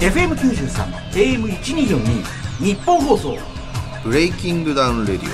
FM93 AM1242 日本放送ブレイキングダウンレディオ。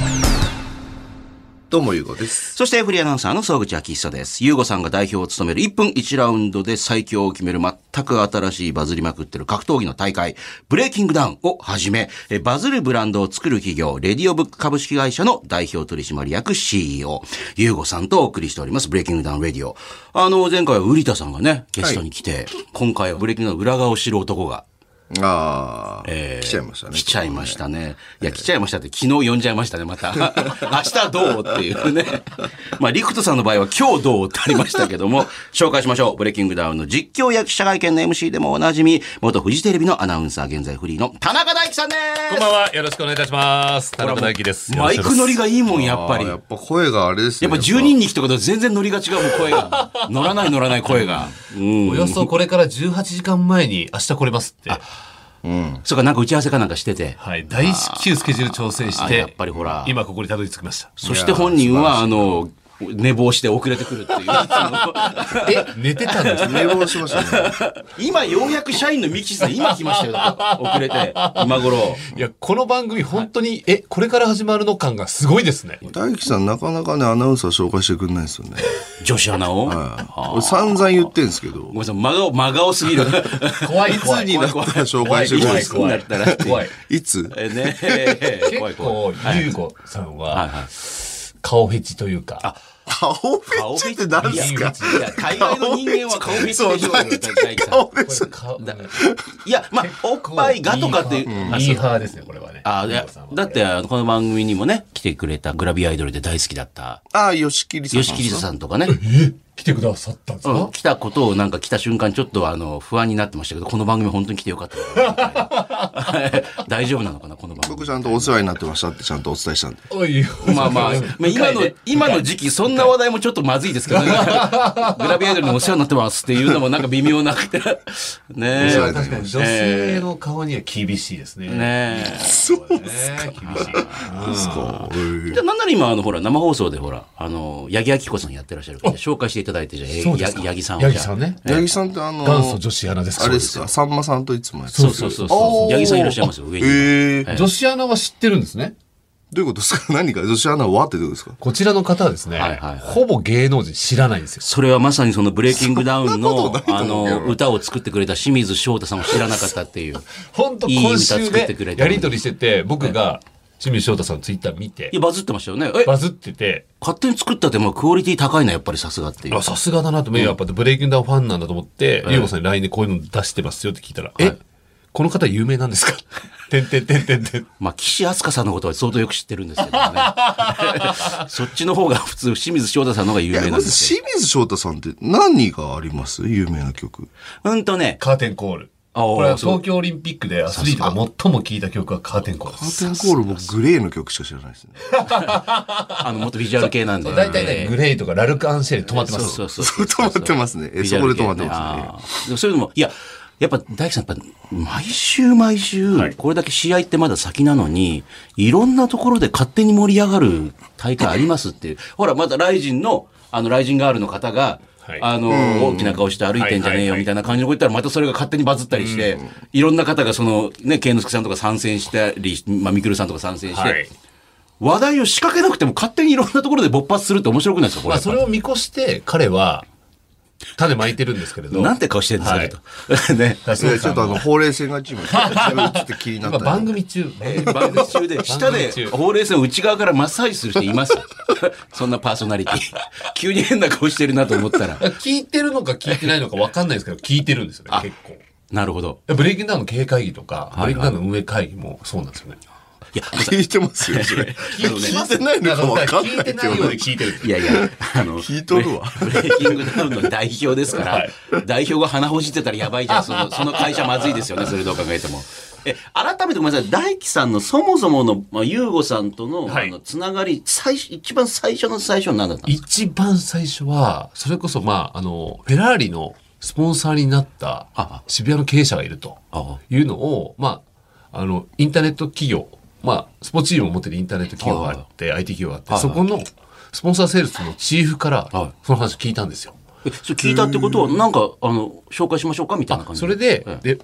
どうもゆうごです。 そしてフリーアナウンサーの総口昭久です。ゆうごさんが代表を務める1分1ラウンドで最強を決める全く新しいバズりまくってる格闘技の大会ブレイキングダウンをはじめ、バズるブランドを作る企業レディオブック株式会社の代表取締役 CEO ゆうごさんとお送りしておりますブレイキングダウンレディオ。前回は瓜田さんがねゲストに来て、今回はブレイキングダウン裏側を知る男が来ちゃいましたね。 来ちゃいましたね。いや、来ちゃいましたって昨日呼んじゃいましたね、また。明日どうっていうね。まあ、リクトさんの場合は今日どうってありましたけども、紹介しましょう。ブレイキングダウンの実況や記者会見の MC でもおなじみ、元フジテレビのアナウンサー、現在フリーの田中大輝さんです。 こんばんは。よろしくお願いいたします。田中大輝です。 マイク乗りがいいもん、やっぱり。 やっぱ声があれですね。 やっぱ10人に1言全然乗りが違うもん、声が。乗らない声が。 およそこれから18時間前に明日来れますって。 そうか、なんか打ち合わせかなんかしてて。 はい。大至急スケジュール調整して、 やっぱりほら。 今ここにたどり着きました。 そして本人は、寝坊して遅れてくるっていう。 寝てたんですね。 寝坊しましたね。 今ようやく社員のミキさん今来ましたよ。遅れて。今頃。 いや、この番組本当に、これから始まるの感がすごいですね。 大輝さんなかなかね、アナウンサー紹介してくれないですよね。 女子アナを、 俺散々言ってんですけど。 ごめんなさい、真顔すぎる。 怖い。 いつになったら紹介してくれるんですか。 怖い。 いつ結構、ゆうごさんは、顔フェチというか。 顔フェチって何ですか。 いや、大概の人間は顔フェチでしょうよ、大輝さん。 顔フェチ。 いや、まあ、おっぱいがとかっていう。 ミーハーですね、これはね。 だって、この番組にもね、来てくれたグラビアアイドルで大好きだった。 吉木りささんとかね。 来てくださったんですか。 来たことをなんか来た瞬間ちょっと不安になってましたけど、この番組本当に来てよかった大丈夫なのかな、この番組。 僕ちゃんとお世話になってましたってちゃんとお伝えしたんで。 まあ今の時期そんな話題もちょっとまずいですけどね。グラビアアイドルにお世話になってますっていうのもなんか微妙なくてね。 確かに女性の顔には厳しいですね。 ねえ。 そうですか。 厳しい。 じゃあなんなら今ほら生放送でほら八木亜希子さんやってらっしゃるから紹介していただいて、じゃあ八木さんを。 八木さんね。 八木さんって元祖女子アナですか。 あれですか。さんまさんといつもやってそう。八木さんいらっしゃいますよ、上に。 女子アナは知ってるんですね。 どういうことですか。何か女子アナはってどうですか。 こちらの方はですね、ほぼ芸能人知らないんですよ。 それはまさにそのブレイキングダウンの歌を作ってくれた清水翔太さんを知らなかったっていう。 本当今週でやり取りしてて、僕が清水翔太さんのツイッター見て。 いや、バズってましたよね。 バズってて。 勝手に作ったってもクオリティ高いな、やっぱりさすがっていう。 さすがだなと、やっぱブレイキングダウンファンなんだと思って、ゆうごさんに LINE でこういうの出してますよって聞いたら、この方有名なんですか。 まあ、岸明日香さんのことは相当よく知ってるんですけどね。そっちの方が普通、清水翔太さんの方が有名なんですけど。清水翔太さんって何があります？有名な曲。 カーテンコール。これは東京オリンピックでアスリートが最も聴いた曲はカーテンコールです。 カーテンコール、僕グレーの曲しか知らないですね。 もっとビジュアル系なんで。 大体ね、グレーとかラルクアンシェル止まってます。 そう止まってますね。そこで止まってますね。 でもそういうのも、いや、やっぱ大輝さん、やっぱ毎週、これだけ試合ってまだ先なのに、いろんなところで勝手に盛り上がる大会ありますっていう。ほら、またライジンの、ライジンガールの方が、大きな顔して歩いてんじゃねえよみたいな感じのこと言ったら、またそれが勝手にバズったりして、いろんな方が慶之助さんとか参戦したり、みくるさんとか参戦して、話題を仕掛けなくても勝手にいろんなところで勃発するって面白くないですか、これ。 それを見越して彼は、種巻いてるんですけれど。 なんて顔してるんですか、ね。 ちょっとほうれい線がチーム、ちょっと気になった。 番組中で、下でほうれい線を内側からマッサージする人います。そんなパーソナリティ。急に変な顔してるなと思ったら。 聞いてるのか聞いてないのか分かんないですけど、聞いてるんですよね、結構。 なるほど。 ブレイキングダウンの経営会議とか、ブレイキングダウンの運営会議もそうなんですよね。 いや、 聞いてますよ、それ。聞いてないのか分かんない。 聞いてないようで聞いてる。 いや、 聞いとるわ。 ブレイキングダウンの代表ですから、代表が鼻ほじってたらやばいじゃん。その会社まずいですよね、それどう考えても。改めてごめんなさい、大輝さんのそもそもの、ゆうごさんとの、つながり、一番最初の最初は何だったんですか？ 一番最初は、それこそ、フェラーリのスポンサーになった渋谷の経営者がいるというのを、インターネット企業、スポーツチームを持ってるインターネット企業があって、IT 企業があって、そこのスポンサーセールスのチーフから、その話を聞いたんですよ。 それ聞いたってことは、なんか、紹介しましょうかみたいな感じそれで、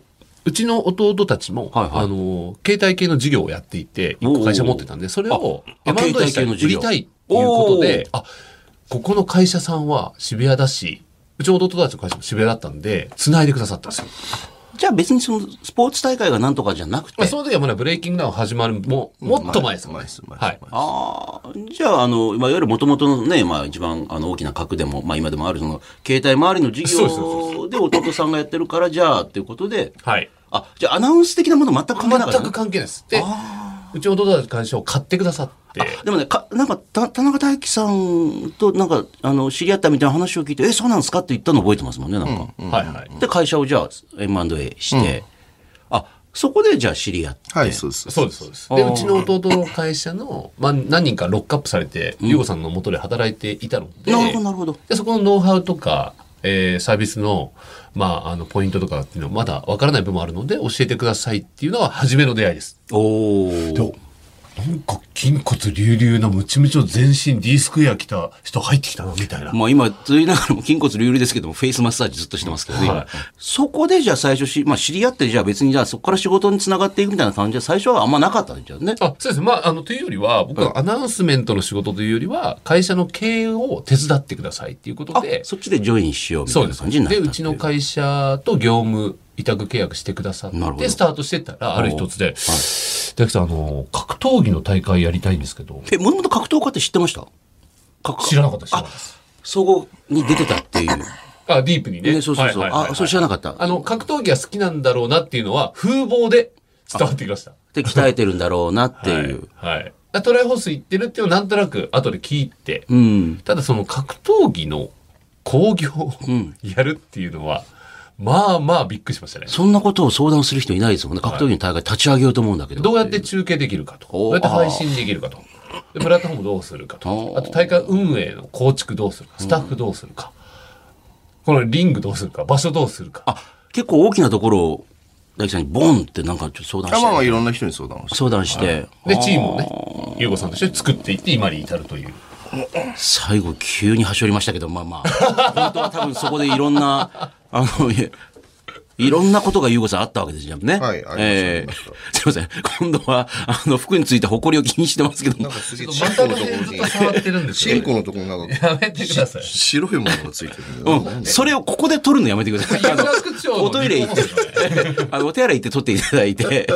うちの弟たちも、 はいはい携帯系の事業をやっていて、一個会社持ってたんで、それを M&A したい、売りたいっていうことで、ここの会社さんは渋谷だし、うちの弟たちの会社も渋谷だったんで、繋いでくださったんですよ。 じゃあ別にそのスポーツ大会がなんとかじゃなくて。 その時はまだブレイキングダウン始まるもっと前ですもんね。はい。 じゃあ、いわゆる元々のね、一番大きな核でも、今でもあるその、携帯周りの事業で弟さんがやってるから、じゃあ、っていうことで。 はい。 じゃあアナウンス的なもの全く関係なかった。 全く関係ないです。で、うちの弟たちの会社を買ってくださって。 でもね、なんか、田中大樹さんと、なんか、知り合ったみたいな話を聞いて、そうなんですかって言ったの覚えてますもんね、なんか。 はいはい。 で、会社をじゃあ、M&A して、そこでじゃあ知り合って。 はい、そうです。 そうです、そうです。で、うちの弟の会社の、何人かロックアップされて、ゆうごさんの元で働いていたので、 なるほど、なるほど。 で、そこのノウハウとか、サービスの、ポイントとかっていうのはまだわからない部分もあるので、教えてくださいっていうのは初めの出会いです。なんか筋骨隆々なムチムチの全身 D スクエア来た人入ってきたなみたいな。 今と言いながらも筋骨隆々ですけどもフェイスマッサージずっとしてますけどね。はい、そこでじゃあ最初知り合ってじゃあ別にじゃあそこから仕事につながっていくみたいな感じは最初はあんまなかったんじゃね。 そうですね。というよりは僕はアナウンスメントの仕事というよりは会社の経営を手伝ってくださいっていうことで。 そっちでジョインしようみたいな感じになった。 でうちの会社と業務委託契約してくださってスタートしてたらある一つで、大樹さん格闘技の大会やりたいんですけど。 もともと格闘家って知ってました？ 知らなかったです。 総合に出てたっていう。 ディープにね。 そう。それ知らなかった。 格闘技は好きなんだろうなっていうのは風貌で伝わってきました。 で鍛えてるんだろうなっていう。 はい。トライホース行ってるっていうのをなんとなく後で聞いて。ただその格闘技の興行をやるっていうのは。びっくりしましたね。 そんなことを相談する人いないですもんね。格闘技の大会立ち上げようと思うんだけど。 どうやって中継できるかと。どうやって配信できるかと。でプラットフォームどうするかと。あと大会運営の構築どうするか。スタッフどうするか。このリングどうするか。場所どうするか。 結構大きなところを大樹さんにボンってなんかちょっと相談して。 いろんな人に相談して。 で、チームをね、ゆうごさんとして作っていって今に至るという。 最後急に端折りましたけど、本当は多分そこでいろんないろんなことがゆうごさんあったわけですよね。 はい、ありました。 すいません。今度は、服について埃を気にしてますけども。 なんかすげえ、チンコのところに。 触ってるんですよ。 チンコのところになんか、 やめてください。 白いものがついてる。 それをここで取るのやめてください。おトイレ行って、お手洗い行って取っていただいて。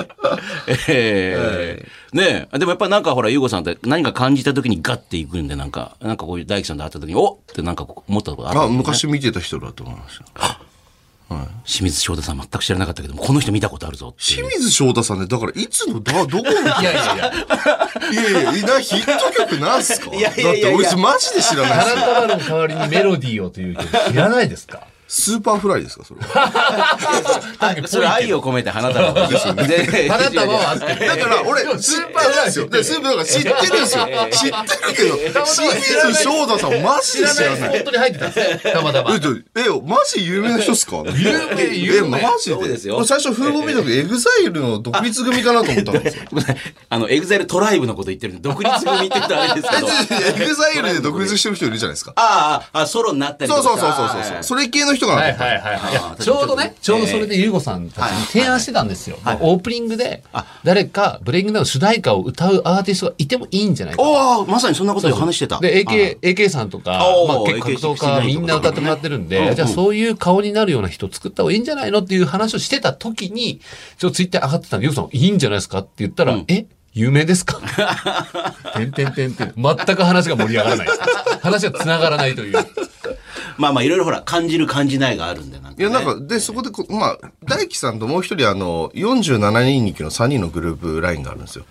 ねえ。でもやっぱなんかほら、ゆうごさんって何か感じた時にガッていくんで、なんかこういう大樹さんと会った時に、おってなんか思ったことあった、 昔見てた人だと思いました。 清水翔太さん全く知らなかったけども、この人見たことあるぞ。 清水翔太さんね、だからいつの、どこの。いや、ヒット曲なんすか？だって俺マジで知らないですよ。 花束の代わりにメロディーをという曲知らないですか？ スーパーフライですかそれは。 それ愛を込めて花束ですよね。 花束はあってだから俺スーパーフライですよ。スーパーが知ってるんですよ。知ってるけど清水翔太さんマジで知らない。 本当に入ってたんですね。たまたま。 マジ有名な人っすか？ 有名。 マジで。最初風貌見た時エグザイルの独立組かなと思ったんですよ。 エグザイルトライブのこと言ってるんで独立組って言うとあれですけど。 エグザイルで独立してる人いるじゃないですか。 ソロになったりとか。 そう。それ系の人が。 ちょうどそれでゆうごさんたちに提案してたんですよ。オープニングで誰かブレイキングダウン主題歌を歌うアーティストがいてもいいんじゃないか。 まさにそんなことで話してた。 で AK さんとか結構格闘家みんな歌ってもらってるんで、じゃあそういう顔になるような人作った方がいいんじゃないのっていう話をしてた時にツイッター上がってたんで、ゆうごさんいいんじゃないですかって言ったら、有名ですか？全く話が盛り上がらない。話が繋がらないという。 いろいろほら、感じる感じないがあるんで、なんか、ね。 いや、なんか、で、そこで大樹さんともう一人47人日記の3人のグループラインがあるんですよ。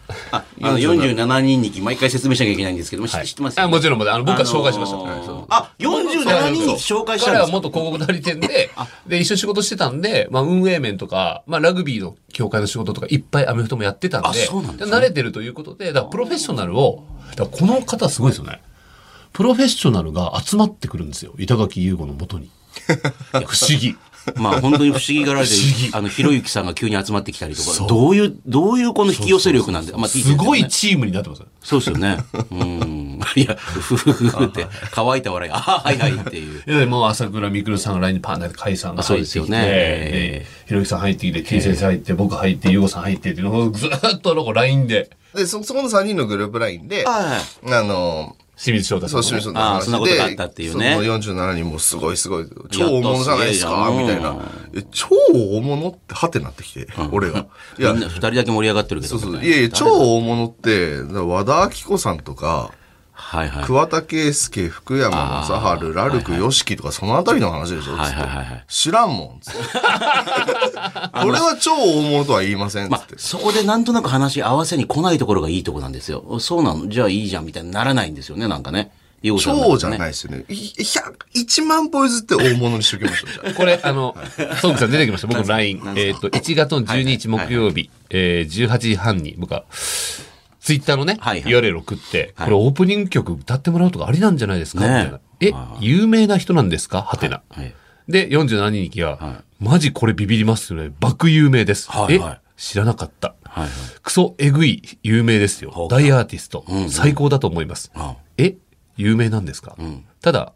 47人日記、毎回説明しなきゃいけないんですけども、知ってますよね。 もちろん、僕は紹介しました。 47人日記紹介したんですか？ 彼は元広告代理店で、一緒に仕事してたんで、運営面とか、ラグビーの協会の仕事とかいっぱいアメフトもやってたんで、慣れてるということで、だからプロフェッショナルを、この方すごいですよね。プロフェッショナルが集まってくるんですよ。板垣優吾の元に。不思議。 本当に不思議がられて、ひろゆきさんが急に集まってきたりとか、どういうこの引き寄せ力なんで、 すごいチームになってます。 そうですよね。 いや、ふふふふって乾いた笑い、ああ、はいはいっていう。 いや、もう朝倉未来さんが LINE にパンで甲斐さんが入ってきて、でひろゆきさん入ってきて、T 先生入って、僕入って、ゆうごさん入ってっていうのをずっとLINE で。 で、そこの3人のグループ LINE で、 清水翔太さん。 そう、清水翔太さん。 そんなことがあったっていうね。 その47人もすごい、超大物じゃないですか、みたいな。超大物ってはてなってきて、俺が。 いや、2人だけ盛り上がってるけど。 そう。いやいや、超大物って、和田アキ子さんとか、桑田佳祐、福山雅治、ラルク、ヨシキとかそのあたりの話でしょつって。知らんもん。つって俺は超大物とは言いません。つって。 そこでなんとなく話合わせに来ないところがいいとこなんですよ。そうなのじゃあいいじゃんみたいにならないんですよね、なんかね。 超じゃないですよね。1万歩譲って大物にしときましょう。 これ、ソングさん出てきました。僕の LINE。1月の12日木曜日、18時半に僕は、ツイッターのね、URL 送って、これオープニング曲歌ってもらうとかありなんじゃないですかみたいな。有名な人なんですかはてな。で、47人が、マジこれビビりますよね。爆有名です。知らなかった。クソえぐい有名ですよ。大アーティスト。最高だと思います。有名なんですかただ、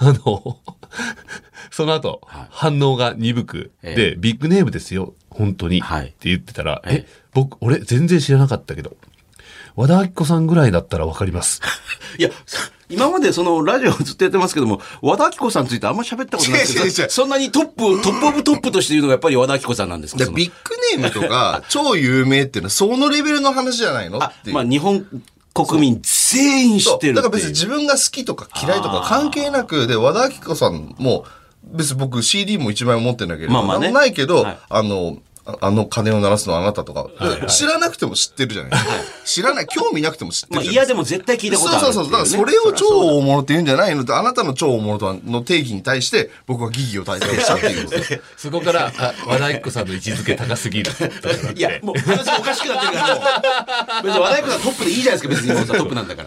その後、反応が鈍く、で、ビッグネームですよ。本当に。って言ってたら、俺全然知らなかったけど、和田アキ子さんぐらいだったらわかります。 いや、今までそのラジオずっとやってますけども、和田アキ子さんについてあんま喋ったことないですけど、そんなにトップオブトップとして言うのがやっぱり和田アキ子さんなんですか？ ビッグネームとか、超有名っていうのはそのレベルの話じゃないのっていう。 まあ日本国民全員知ってる。 だから別に自分が好きとか嫌いとか関係なく、で、和田アキ子さんも、別に僕 CD も1枚も持ってなければ、なんもないけど、鐘を鳴らすのあなたとか、知らなくても知ってるじゃないですか。知らない、興味なくても知ってるじゃないですか。 いやでも絶対聞いたことある。 そう。だからそれを超大物って言うんじゃないのって、あなたの超大物との定義に対して、僕は疑義を体験したっていうことで。 そこから、和田アキ子さんの位置づけ高すぎる。 いや、もう話おかしくなってるから、もう。別に和田アキ子さんトップでいいじゃないですか、別にもうトップなんだから。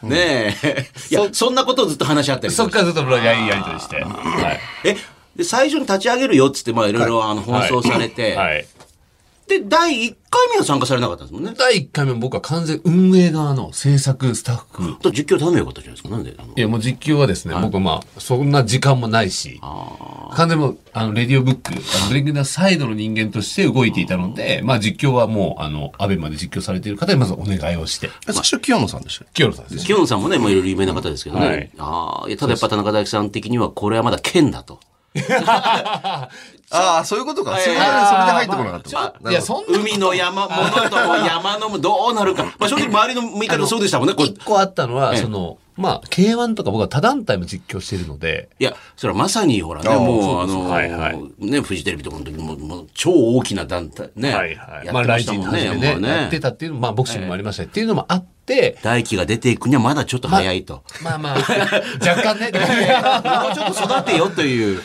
ねえ。いや、そんなことをずっと話し合ったりそっからずっとやりとりして。 で、最初に立ち上げるよっつって、まあいろいろ放送されて、で、第1回目は参加されなかったんですもんね。 第1回目僕は完全運営側の制作スタッフ。 と実況頼めばよかったじゃないですか。なんでいや、もう実況はですね、僕そんな時間もないし、完全にもう、レディオブック、ブレイクダウンサイドの人間として動いていたので、実況はもう、アベマで実況されている方にまずお願いをして。 最初、清野さんでした。 清野さんです。 清野さんもね、もういろいろ有名な方ですけどね。ただやっぱ田中大樹さん的には、これはまだ剣だと。 そういうことか。それで入ってこなかった。 いや、そんな。海の山、物とも山のどうなるか。正直周りの見方そうでしたもんね。 一個あったのは、K1 とか僕は他団体も実況しているので。 いや、それはまさにほらね、もう、ね、フジテレビとかの時も、超大きな団体ね。 ライジンの初めね、やってたっていうのも、ボクシングもありましたっていうのもあって、 大輝が出ていくにはまだちょっと早いと。 若干ね。 もうちょっと育てよという。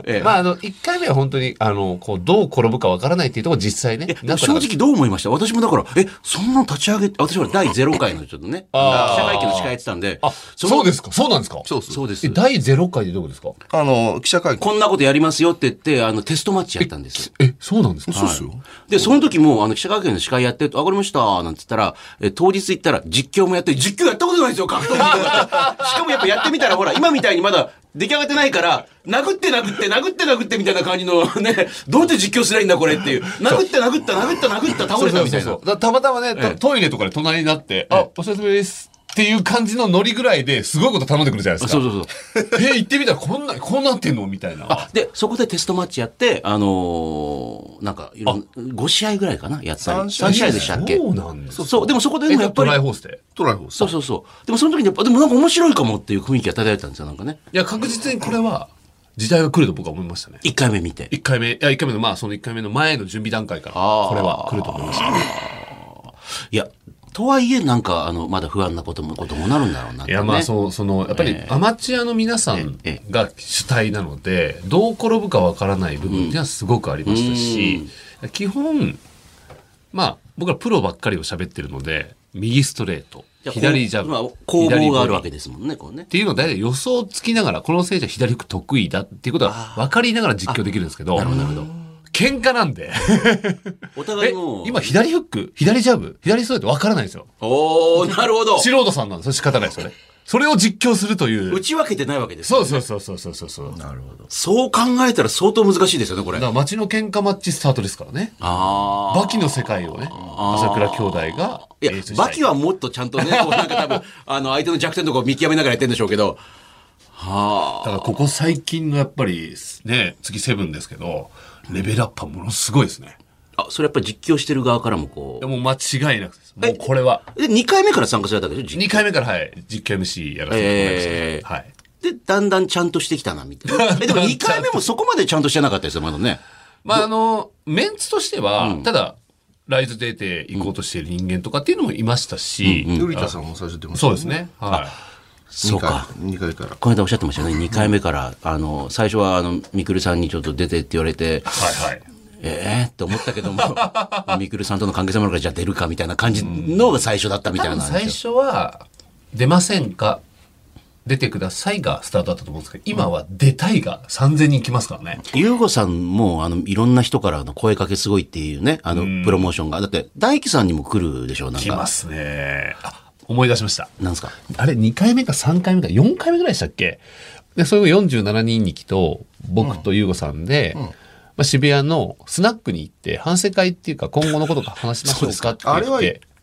1回目は本当に、どう転ぶかわからないっていうところ実際ね。 正直どう思いました？私もだから、そんな立ち上げ、私は第0回のちょっとね、記者会見の司会やってたんで。 そうですか？そうなんですか？ そうです。 第0回でどこですか？ 記者会見。 こんなことやりますよって言って、テストマッチやったんですよ。 そうなんですか？ そうですよ。 で、その時も、記者会見の司会やってると、わかりました、なんて言ったら、当日行ったら実況もやって、実況やったことないですよ、格闘技とか。しかもやっぱやってみたら、ほら、今みたいにまだ出来上がってないから、殴ってみたいな感じのね、どうやって実況すりゃいいんだこれっていう。殴った、倒れたみたいな。 たまたまね、トイレとかで隣になって、お久しぶりです。っていう感じのノリぐらいですごいこと頼んでくるじゃないですか。 そう。 行ってみたらこうなってんのみたいな。 で、そこでテストマッチやって、なんか、5試合ぐらいかなやったり。3試合でしたっけ？ そうなんです。 そう、でもそこでもやっぱり。 トライホース。 そう。でもその時に、でもなんか面白いかもっていう雰囲気が漂ってたんですよ、なんかね。 いや、確実にこれは、時代が来ると僕は思いましたね。 1回目見て。 1回目の、その1回目の前の準備段階から、これは来ると思いました。 いや、とはいえ、なんか、まだ不安なこともなるんだろうなって、ね。 いや、やっぱりアマチュアの皆さんが主体なので、どう転ぶかわからない部分ってはすごくありましたし、基本、僕らプロばっかりを喋ってるので、右ストレート、左ジャブ、 攻防があるわけですもんね、こうね。 っていうのを大体予想つきながら、この選手は左フック得意だっていうことは分かりながら実況できるんですけど、 なるほど。 喧嘩なんで。 お互いも今左フック左ジャブ左ストレート分からないんですよ。 なるほど。 素人さんなんですよ。仕方ないですよね。 それを実況するという。 打ち分けてないわけですよね。そう。 なるほど。そう考えたら相当難しいですよね、これ。 だから街の喧嘩マッチスタートですからね。バキの世界をね、朝倉兄弟が。 いや、バキはもっとちゃんとね、こうなんか多分、相手の弱点とかを見極めながらやってるんでしょうけど。 だからここ最近のやっぱり、ね、次セブンですけど、レベルアップはものすごいですね。 それやっぱり実況してる側からもこう。 もう間違いなくです。もうこれは。 2回目から参加されたわけでしょ ?2 回目から、はい。実況 MC やらせてもらいました。はい。 で、だんだんちゃんとしてきたな、みたいな。でも2回目もそこまでちゃんとしてなかったですよ、まだね。 まあ、メンツとしては、ただ、ライズ出て行こうとしている人間とかっていうのもいましたし。 瓜田さんも最初出ました。 そうですね。はい。 そうか。 2回から。 この間おっしゃってましたよね。2回目から、最初はみくるさんにちょっと出てって言われて、 はいはい。 って思ったけども、みくるさんとの関係性もあるからじゃあ出るかみたいな感じのが最初だったみたいな。 最初は、出ませんか出てくださいがスタートだったと思うんですけど、今は出たいが3000人来ますからね。 ゆうごさんも、いろんな人からの声かけすごいっていうね、プロモーションが。だって、大輝さんにも来るでしょ、なんか。 来ますね。思い出しました。 なんですか？ あれ、2回目か3回目か4回目ぐらいでしたっけ？で、それを47人力と、僕とゆうごさんで、渋谷のスナックに行って、反省会っていうか、今後のことか話しましょうかって言って。あれは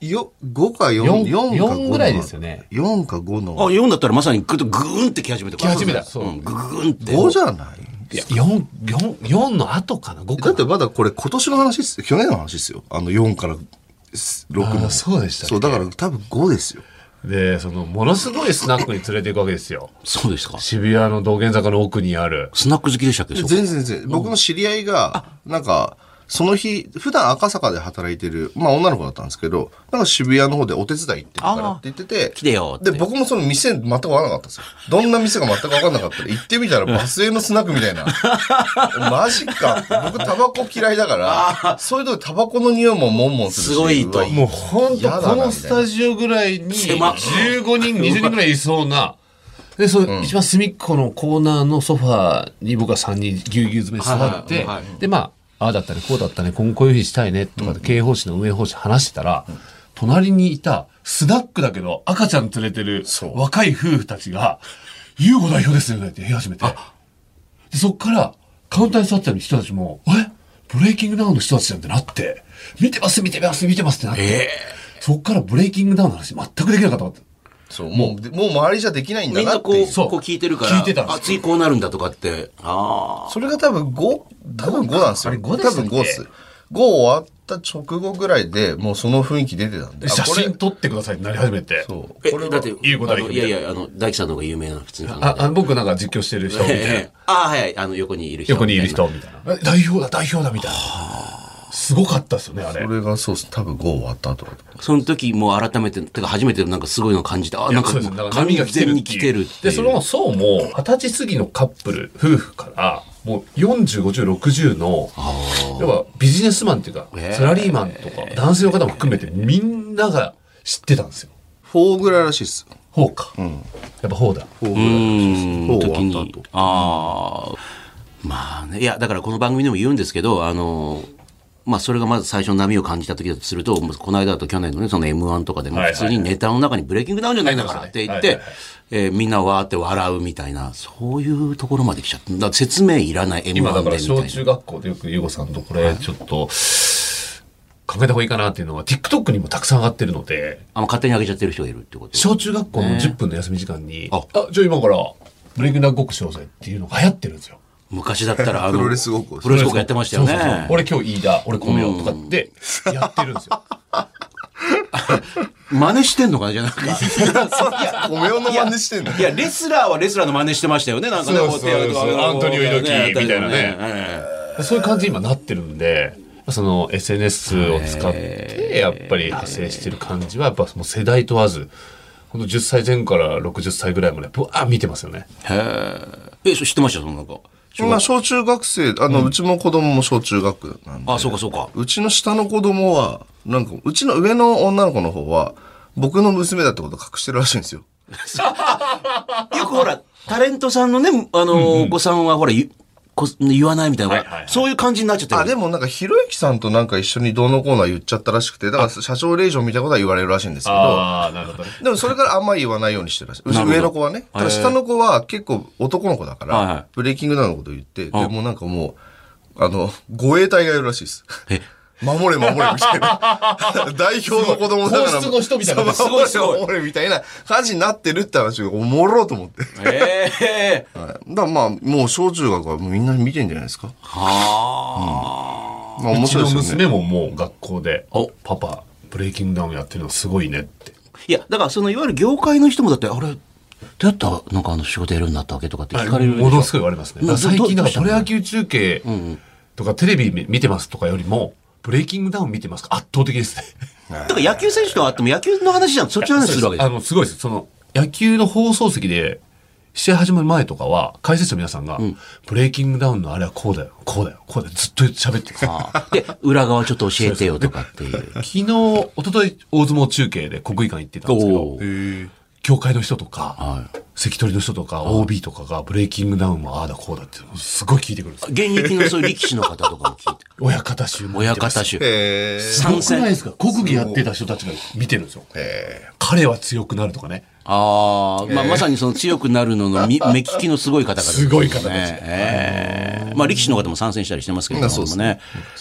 5か4 ぐらいですよね。 4か5の。 4だったらまさにグーンって来始めた。 来始めた。 そう。グーンって。 5じゃないいや、4の後かな ?5 かな。 だってまだこれ今年の話です。去年の話ですよ。4から6の。 そうでしたね。 そう、だから多分5ですよ。 で、ものすごいスナックに連れて行くわけですよ。 そうですか。 渋谷の道玄坂の奥にある。 スナック好きでしたっけ？ 全然。僕の知り合いが、なんか、その日、普段赤坂で働いてる、女の子だったんですけど、なんか渋谷の方でお手伝い行ってるからって言ってて、 来てよって。 で、僕もその店全く分からなかったんですよ。どんな店か全く分かんなかったら、行ってみたらバス停のスナックみたいな。マジか。僕タバコ嫌いだから、そういうとこタバコの匂いももんもんするし。 すごいと。 もう本当このスタジオぐらいに15人、20人ぐらいいそうな。で、一番隅っこのコーナーのソファーに僕は3人ぎゅうぎゅう詰め座って、で、ああだったね、こうだったね、今後こういうふうにしたいね、とかで経営方針の運営方針話してたら、隣にいたスナックだけど赤ちゃん連れてる若い夫婦たちが、ユーゴ代表ですよねって言い始めて、でそっからカウンターに座ってる人たちも、ブレイキングダウンの人たちじゃんってなって、見てますってなって、そっからブレイキングダウンの話全くできなかった。 そう、もう周りじゃできないんだなって。 みんなこう聞いてるから。 聞いてたんですよ。 次こうなるんだとかって。 それが多分5なんですよ。 あれ5ですよね。 多分5っす。5終わった直後ぐらいで、もうその雰囲気出てたんで。 写真撮ってくださいってなり始めて。 そう。 これだって、 いや、大樹さんの方が有名な普通に。 僕なんか実況してる人みたいな。 はい、横にいる人。 横にいる人みたいな。代表だみたいな。すごかったですよね、あれ。 それがそうっす。多分5終わった後だと思う。 その時もう改めて、初めてなんかすごいの感じて、なんか波が来てるって。 で、その層も20歳過ぎのカップル、夫婦から、もう40、50、60の、要はビジネスマンっていうか、サラリーマンとか、男性の方も含めてみんなが知ってたんですよ。 4ぐらいらしいっす。 4か。やっぱ4だ。 4ぐらいらしいっす。4終わった後。まあね、いや、だからこの番組でも言うんですけど、それがまず最初の波を感じた時だとすると、この間だと去年のね、その M1 とかでも普通にネタの中にブレイキングダウンじゃないんだからって言って、みんなわーって笑うみたいな、そういうところまで来ちゃった。だから説明いらない M1 でみたいな。 今だから小中学校でよくゆうごさんとこれちょっと考えた方がいいかなっていうのが TikTok にもたくさん上がってるので。 勝手に上げちゃってる人がいるってこと？ 小中学校の10分の休み時間に、じゃあ今からブレイキングダウンごっこしようぜっていうのが流行ってるんですよ。 昔だったらプロレスごっこやってましたよね。 そう俺今日飯田、俺米よとかってやってるんですよ。 真似してんのかなじゃなくて。 米よの真似してんの？ いや、レスラーはレスラーの真似してましたよね。なんかね、 アントニオ猪木みたいなね。そういう感じに今なってるんで、その SNS を使ってやっぱり派生してる感じはやっぱもう世代問わず、ほんと10歳前後から60歳ぐらいまでブワー見てますよね。 知ってましたそのなんか。 小中学生、うちも子供も小中学なんで。 そうか。 うちの下の子供は、なんか、うちの上の女の子の方は、僕の娘だってことを隠してるらしいんですよ。 よくほら、タレントさんのね、お子さんはほら、 言わないみたいな、 はいはいはい、 そういう感じになっちゃってる。 でもなんか、ひろゆきさんとなんか一緒にどうのコーナー言っちゃったらしくて、だから社長令状みたいなことは言われるらしいんですけど、 なるほどね。 でもそれからあんまり言わないようにしてるらしい。上の子はね。ただ下の子は結構男の子だから、ブレイキングダウンのこと言って、でもなんかもう、護衛隊がいるらしいです。守れみたいな。代表の子供だから。 皇室の人みたいな。 すごい守れみたいな感じになってるって話をおもろうと思って。だからまあ、もう小中学はみんな見てんじゃないですか。 まあ面白いですよね。うちの娘ももう学校で、パパ、ブレイキングダウンやってるのすごいねって。 いや、だからいわゆる業界の人もだって、あれ、どうやったらなんか仕事やるようになったわけとかって聞かれるでしょ。 ものすごい言われますね。最近だからプロ野球中継とかテレビ見てますとかよりも、ブレイキングダウン見てますか圧倒的ですね。 だから野球選手とあっても野球の話じゃん、そっちの話するわけです。 すごいです。野球の放送席で、試合始まる前とかは、解説者の皆さんが、ブレイキングダウンのあれはこうだよ、こうだよ、こうだよ、ずっと喋ってる。 で、裏側ちょっと教えてよとかっていう。 昨日、一昨日大相撲中継で国技館行ってたんですけど、協会の人とか、関取の人とか、OB とかがブレイキングダウンもああだこうだってすごい聞いてくるんですよ。 現役のそういう力士の方とかも聞いて。 親方衆も。 親方衆。 参戦。ないですか国技やってた人たちが見てるんですよ。彼は強くなるとかね。 まさに強くなるのの目利きのすごい方々、 すごい方たち。 まあ力士の方も参戦したりしてますけれどもね。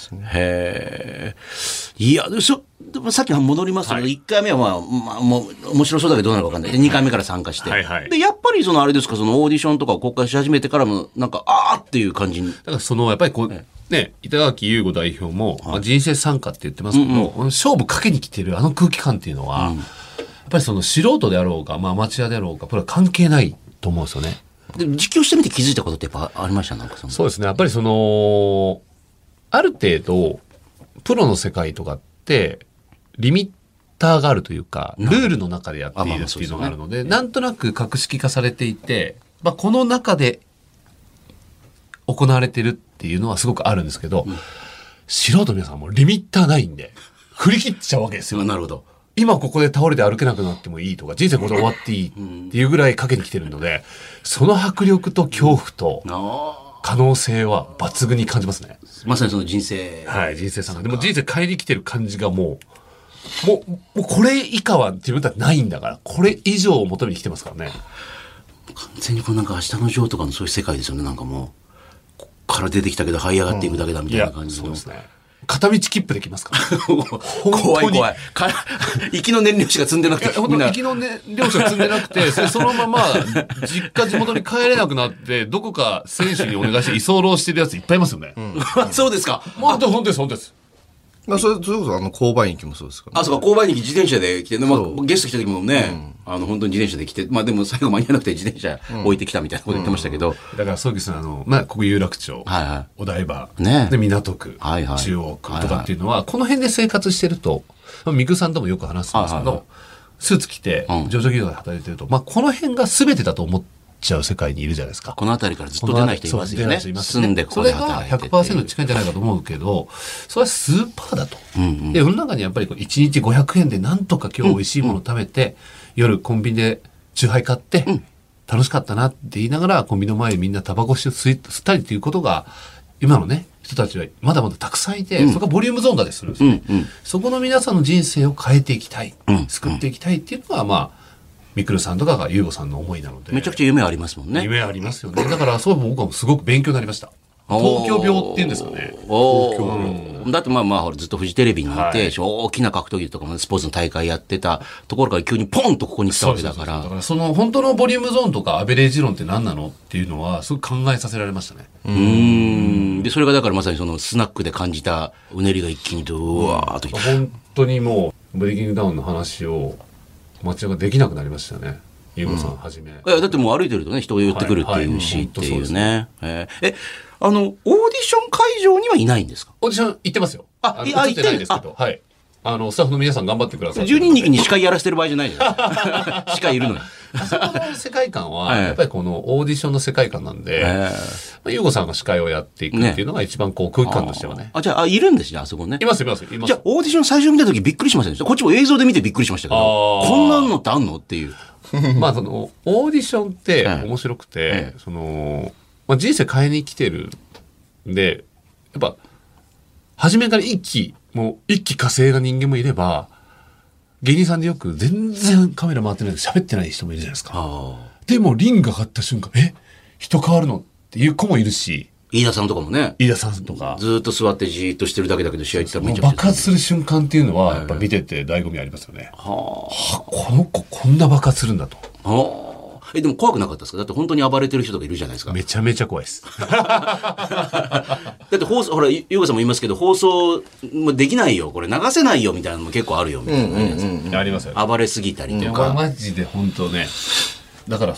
いや、さっき戻りますけど、1回目はまあ、もう面白そうだけどどうなるか分かんない。で、2回目から参加して。で、やっぱりあれですか、オーディションとかを公開し始めてからも、なんか、っていう感じに。 だからやっぱりね、板垣優吾代表も、人生参加って言ってますけど、勝負かけに来てるあの空気感っていうのは、やっぱり素人であろうが、まあアマチュアであろうが、これは関係ないと思うんですよね。 で実況してみて気づいたことってやっぱありました？なんかそうですね。やっぱりある程度、プロの世界とかって、リミッターがあるというか、ルールの中でやっているっていうのがあるので、なんとなく格式化されていて、まあこの中で行われてるっていうのはすごくあるんですけど、素人の皆さんもリミッターないんで、振り切っちゃうわけですよ。 なるほど。 今ここで倒れて歩けなくなってもいいとか、人生ここで終わっていいっていうぐらいかけに来てるので、その迫力と恐怖と可能性は抜群に感じますね。 まさに人生。 はい、人生さんが。でも人生変えに来てる感じがもうこれ以下は自分たちないんだから、これ以上を求めに来てますからね。 完全になんか明日のジョーとかのそういう世界ですよね。なんかもう、こっから出てきたけど這い上がっていくだけだみたいな感じの。 そうですね。片道切符できますから。 怖い。行きの燃料しか積んでなくて。 本当に行きの燃料しか積んでなくて、そのまま実家地元に帰れなくなって、どこか選手にお願いして居候してるやついっぱいいますよね。 そうですか。 本当です。 まあ、それこそ購買日記もそうですから、 ね。そうか、購買日記自転車で来て、まあ、ゲスト来た時もね、本当に自転車で来て、まあでも最後間に合わなくて自転車置いてきたみたいなこと言ってましたけど。 だからそうですね、まあ、ここ有楽町、お台場、で、港区、中央区とかっていうのは、この辺で生活してると、三久さんともよく話すんですけど、スーツ着て、上場企業で働いてると、まあ、この辺が全てだと思って、ちゃう世界にいるじゃないですか。 この辺りからずっと出ない人いますよね。住んでここで働いて。 それが 100% 近いんじゃないかと思うけど、それはスーパーだと。で、世の中にやっぱり1日500円でなんとか今日美味しいもの食べて、夜コンビニでチューハイ買って、楽しかったなって言いながら、コンビニの前でみんなタバコ吸ったりっていうことが、今のね、人たちはまだまだたくさんいて、そこがボリュームゾーンだでするんですよね。そこの皆さんの人生を変えていきたい、救っていきたいっていうのが、まあ、みくるさんとかがゆうごさんの思いなので。 めちゃくちゃ夢ありますもんね。 夢ありますよね。だからそう僕はすごく勉強になりました。東京病っていうんですかね。東京病。 だってまあずっとフジテレビにいて、大きな格闘技とかもスポーツの大会やってたところから急にポンとここに来たわけだから。 だから本当のボリュームゾーンとかアベレージ論って何なのっていうのはすごく考えさせられましたね。 で、それがだからまさにスナックで感じたうねりが一気にうわーっときた。 本当にもうブレイキングダウンの話を町ができなくなりましたね。ゆうごさんはじめ。 だってもう歩いてるとね、人が寄ってくるっていうし、っていうね。オーディション会場にはいないんですか？ オーディション行ってますよ。映ってないですけど。はい。スタッフの皆さん頑張ってください。 10人に司会やらせてる場合じゃないじゃないですか。司会いるのに。 あそこの世界観は、やっぱりこのオーディションの世界観なんで、ゆうごさんが司会をやっていくっていうのが一番空気感としてはね。 じゃあ、いるんですね、あそこね。 います。じゃあ、 オーディション最初見た時びっくりしませんでした？こっちも映像で見てびっくりしましたけど、こんなのってあんのっていう。 まあ、オーディションって面白くて、人生変えに来てるで、やっぱ、初めから一気火星な人間もいれば、芸人さんでよく全然カメラ回ってないで喋ってない人もいるじゃないですか。でもリングが張った瞬間、人変わるのっていう子もいるし。 飯田さんとかもね。 飯田さんとか。 ずっと座ってじーっとしてるだけだけど試合行ったらめちゃくちゃ。 爆発する瞬間っていうのは、やっぱ見てて醍醐味ありますよね。この子こんな爆発するんだと。 でも怖くなかったですか？だって本当に暴れてる人とかいるじゃないですか。 めちゃめちゃ怖いです。 だってほら、ゆうごさんも言いますけど、放送もできないよ、これ流せないよみたいなのも結構あるよ、みたいなやつ。 ありますよね。 暴れすぎたりとこれか。 マジで本当ね。だから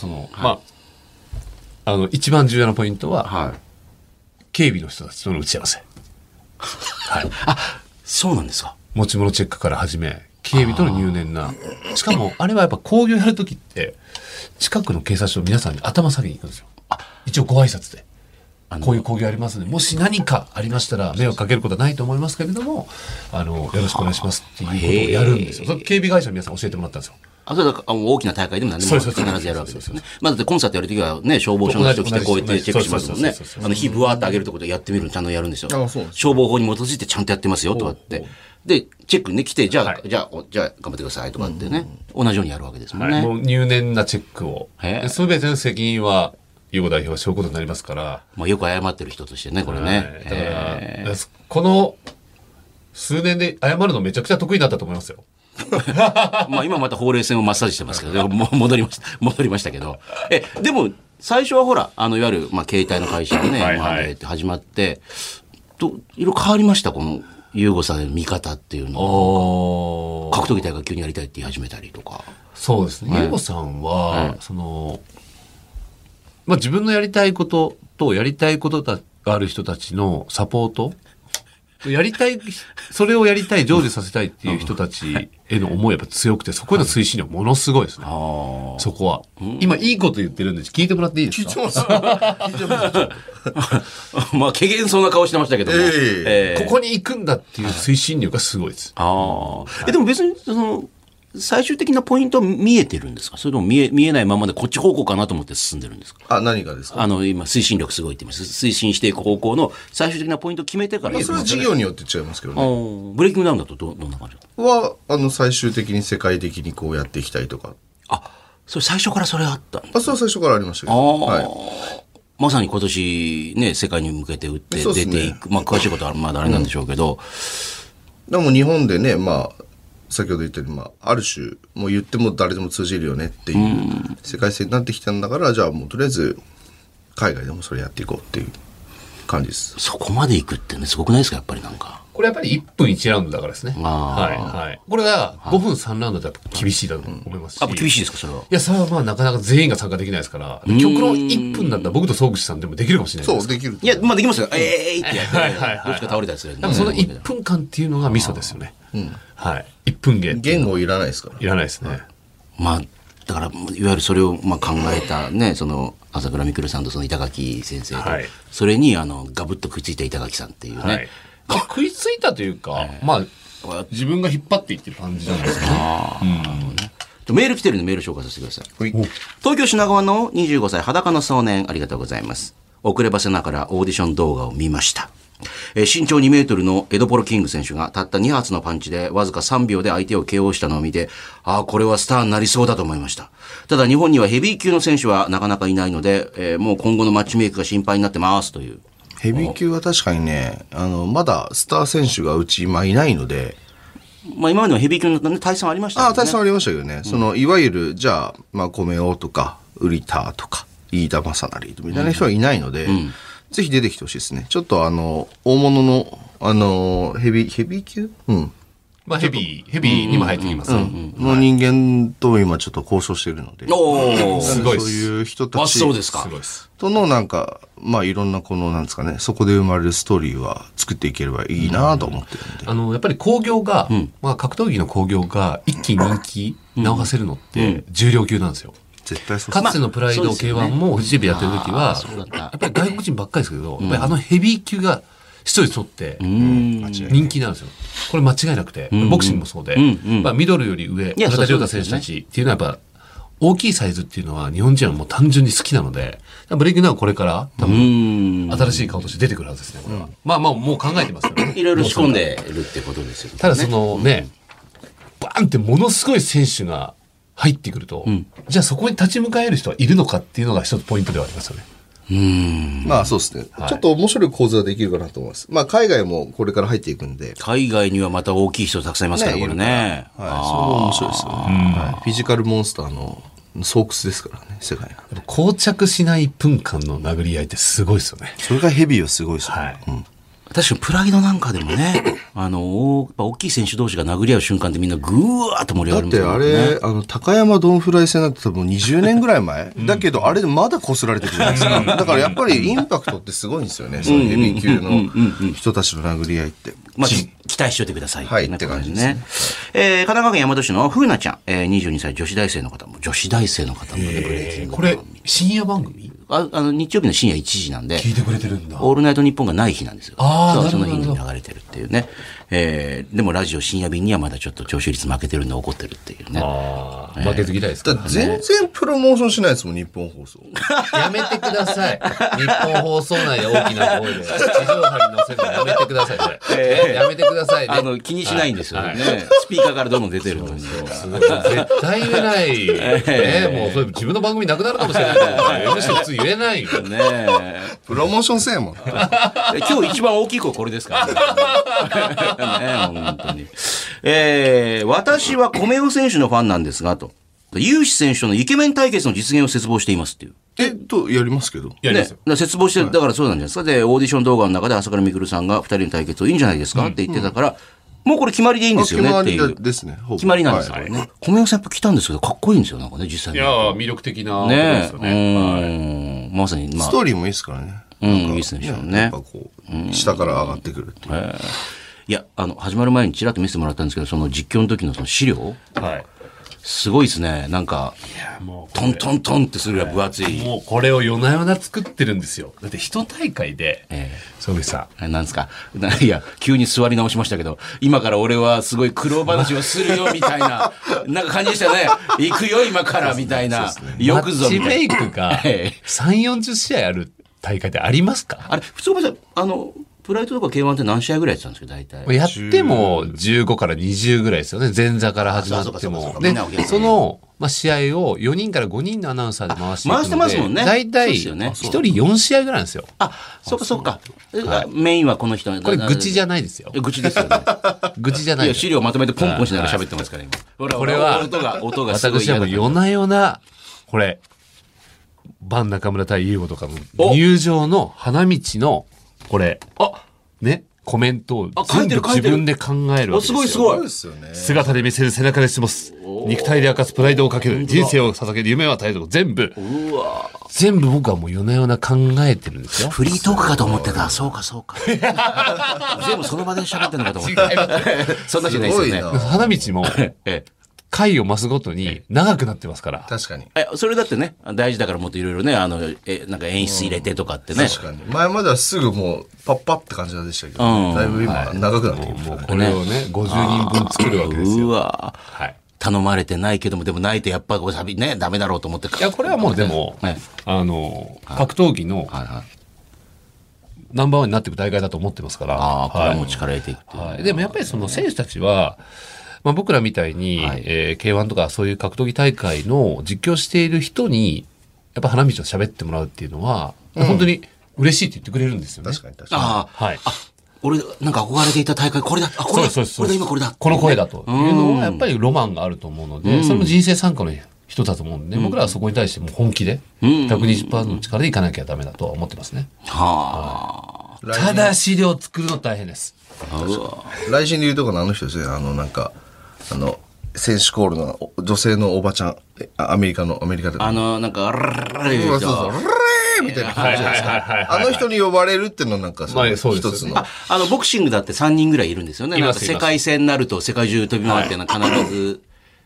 一番重要なポイントは、警備の人たちとの打ち合わせ。はい。 そうなんですか。 持ち物チェックから始め、警備との入念な。しかも、あれはやっぱ興行やるときって、近くの警察署皆さんに頭下げに行くんですよ。一応ご挨拶で。こういう興行ありますので、もし何かありましたら迷惑かけることはないと思いますけれども、よろしくお願いしますっていうことをやるんですよ。それ警備会社の皆さん教えてもらったんですよ。 それだ大きな大会でも何でも必ずやるわけですよね。だってコンサートやるときはね、消防署の人来てこうやってチェックしますもんね。火ぶわーって上げるところでやってみるのちゃんとやるんですよ。消防法に基づいてちゃんとやってますよとかって。で、チェックに来て、じゃあ頑張ってくださいとかってね、同じようにやるわけですもんね。 もう入念なチェックを。すべての責任は、優吾代表はそういうことになりますから。 よく謝ってる人としてね、これね。 だから、この数年で謝るのめちゃくちゃ得意だったと思いますよ。 今またほうれい線をマッサージしてますけど、戻りましたけど。でも、最初はほら、いわゆる、携帯の会社がね、始まって、いろいろ変わりました、この、優吾さんの見方っていうのを。格闘技大会急にやりたいって言い始めたりとか。 そうですね。優吾さんは、自分のやりたいこととやりたいことがある人たちのサポート、それをやりたい、成就させたいっていう人たちへの思いやっぱ強くて、そこへの推進力ものすごいですね。そこは。今いいこと言ってるんで、聞いてもらっていいですか？聞いてます。 怪げそうな顔してましたけども。 ここに行くんだっていう推進力がすごいです。 でも別に、最終的なポイントは見えてるんですか？それとも見えないままでこっち方向かなと思って進んでるんですか？ 何がですか？ 今、推進力すごいって言います。推進していく方向の最終的なポイントを決めてからそれは事業によって違いますけどね。 ブレイキングダウンだとどんな感じは、最終的に世界的にこうやっていきたいとか。 それ最初からそれあったんですか？ それは最初からありましたけど。 まさに今年ね、世界に向けて打って出ていく。詳しいことはまだあれなんでしょうけど。 でも日本でね、先ほど言ったように、ある種、もう言っても誰でも通じるよねっていう世界線になってきたんだから、じゃあもうとりあえず海外でもそれやっていこうっていう感じです。 そこまで行くってね、すごくないですか？やっぱりなんか。 これやっぱり1分1ラウンドだからですね。はい。これが5分3ラウンドだとやっぱ厳しいだと思いますし。 厳しいですか、それは。 いや、それはなかなか全員が参加できないですから、極論1分だったら僕と総口さんでもできるかもしれないです。 そう、できる。 いや、できますよ。ってやって、どっちか倒れたりする。 でもその1分間っていうのがミソですよね。はい。1分言語いらないですから。 いらないですね。 だから、いわゆるそれを考えたね、朝倉未来さんとその板垣先生と、それにガブッと食いついた板垣さんっていうね。 食いついたというか、自分が引っ張っていってる感じじゃないですかね。 メール来てるんでメール紹介させてください。東京品川の25歳裸の少年、ありがとうございます。遅ればせながらオーディション動画を見ました。身長2メートルのエドポロキング選手がたった2発のパンチでわずか3秒で相手を KO したのを見て、これはスターになりそうだと思いました。ただ日本にはヘビー級の選手はなかなかいないので、もう今後のマッチメイクが心配になってますという。 ヘビー級は確かにね、まだスター選手がうち今いないので、 今までのヘビー級の対戦ありましたよね。 対戦ありましたけどね、いわゆる、じゃあ、米尾とか、瓜田とか、飯田正成みたいな人はいないので、ぜひ出てきてほしいですね。ちょっと大物の、ヘビー級ヘビーにも入ってきます。 の人間と今ちょっと交渉しているので。 すごい。 そういう人たちそうですか。 とのいろんななんですかね、そこで生まれるストーリーは作っていければいいなと思ってるんで。 やっぱり興行が、格闘技の興行が一気に人気直させるのって重量級なんですよ。 絶対そう。 かつてのプライド K1 もフジテレビやってる時は、やっぱり外国人ばっかりですけど、やっぱりヘビー級が一人取って人気なんですよ。これ間違いなくて、ボクシングもそうで、ミドルより上、村田亮太選手たちっていうのはやっぱ大きいサイズっていうのは日本人はもう単純に好きなので、ブレイキンダウンこれから多分新しい顔として出てくるはずですね、これは。まあまあもう考えてますよね。 いろいろ仕込んでるってことですよね。 ただそのね、バーンってものすごい選手が入ってくると、じゃあそこに立ち向かえる人はいるのかっていうのが一つポイントではありますよね。 まあそうですね、ちょっと面白い構図はできるかなと思います。まあ海外もこれから入っていくんで。 海外にはまた大きい人たくさんいますからね、これね。 はい、それも面白いですよね。フィジカルモンスターのソークスですからね、世界の。 膠着しない1分間の殴り合いってすごいですよね。 それがヘビーはすごいですよね。 はい確かにプライドなんかでもね、やっぱ大きい選手同士が殴り合う瞬間ってみんなぐわーっと盛り上がりますよね。 だってあれ、高山ドンフライ戦なんて多分20年ぐらい前だけど、あれでまだ擦られてるじゃないですか。だからやっぱりインパクトってすごいんですよね。そのヘビー級の人たちの殴り合いって。 まあ、期待しておいてください。 はい、って感じですね。 神奈川県大和市のふうなちゃん、22歳女子大生の方も、ブレイキング。 これ、深夜番組日曜日の深夜1時なんで、 聞いてくれてるんだ。 オールナイトニッポンがない日なんですよ。 そうその日に流れてるっていうね。でもラジオ深夜便にはまだちょっと聴取率負けてるんで怒ってるっていうね。 負けず嫌いですか、 全然プロモーションしないですもん、日本放送。 やめてください。日本放送内で大きな声で地上波に乗せるのやめてください、それ。やめてくださいね。 気にしないんですよね。スピーカーからどんどん出てるのに。 絶対言えない。もうそれ自分の番組なくなるかもしれないから、MC 普通言えないよね。 プロモーションせえもん。 今日一番大きい声これですからね。本当に。私は米尾選手のファンなんですが、と。有志選手とのイケメン対決の実現を切望していますっていう。 やりますけど。 やりますよ。 ね、切望してる。だからそうなんじゃないですか。で、オーディション動画の中で朝倉未来さんが二人の対決をいいんじゃないですかって言ってたから、もうこれ決まりでいいんですよねっていう。 決まりですね。 決まりなんですよね。米尾さんやっぱ来たんですけど、かっこいいんですよ、なんかね、実際に。 いやー、魅力的なですよね。 まさに、 ストーリーもいいですからね。 いいですね。 やっぱこう、下から上がってくるっていう。 いや、始まる前にちらっと見せてもらったんですけど、その実況の時のその資料。すごいですね。なんか、トントントンってするぐらい分厚い。 もうこれを夜な夜な作ってるんですよ。だって一大会で、そういうさ。 なんですか。いや、急に座り直しましたけど、今から俺はすごい苦労話をするよみたいな、なんか感じでしたね。行くよ今からみたいな。よくぞみたいな。 マッチメイクが3、40試合ある大会ってありますか？ あれ、普通ごめんなさい。プライドとか K1 って何試合ぐらいやってたんですか、大体。 やっても15から20ぐらいですよね。前座から始まっても。で、その、試合を4人から5人のアナウンサーで回していくので、 回してますもんね。 大体、1人4試合ぐらいなんですよ。 そうかそうか。メインはこの人。 これ愚痴じゃないですよ。 愚痴ですよね。 愚痴じゃない。 いや、資料まとめてポンポンしながら喋ってますから、今。 これは、 音がすごい。 私はもう夜な夜な、これ、バン中村対優吾とかの入場の花道の、これ、ね。コメントを全部自分で考えるわけですよ。 すごい。 姿で見せる背中で過ごす。肉体で明かすプライドをかける。人生を捧げる夢を与える。全部僕はもう夜な夜な考えてるんですよ。 フリートークかと思ってた。そうか。全部その場で喋ってるのかと思ってた。そんなじゃないですよね。 花道も、回を増すごとに長くなってますから。 確かに。 それだってね、大事だからもっといろいろね、なんか演出入れてとかってね。 確かに。前まではすぐもう、パッパって感じでしたけど、だいぶ今、長くなってきましたね。 これをね、50人分作るわけですよ。 うわ頼まれてないけども、でもないとやっぱね、ダメだろうと思って。 いや、これはもうでも、格闘技の、ナンバーワンになっていく大会だと思ってますから。 これはもう力入れていくっていう。 でもやっぱりその選手たちは、僕らみたいに、K1 とかそういう格闘技大会の実況している人に、やっぱ花道を喋ってもらうっていうのは、本当に嬉しいって言ってくれるんですよね。 確かに。 俺、なんか憧れていた大会、これだ。これだ、今これだ。 この声だというのは、やっぱりロマンがあると思うので、それも人生参加の一つだと思うんで、僕らはそこに対しても本気で、120% の力でいかなきゃダメだとは思ってますね。ただ資料作るの大変です。 来週で言うとこのあの人ですね、なんか、選手コールの女性のおばちゃん、アメリカで。 なんか、 みたいな感じじゃないですか。あの人に呼ばれるっていうのはなんか、一つの。 ボクシングだって3人ぐらいいるんですよね。なんか世界戦になると世界中飛び回って必ず。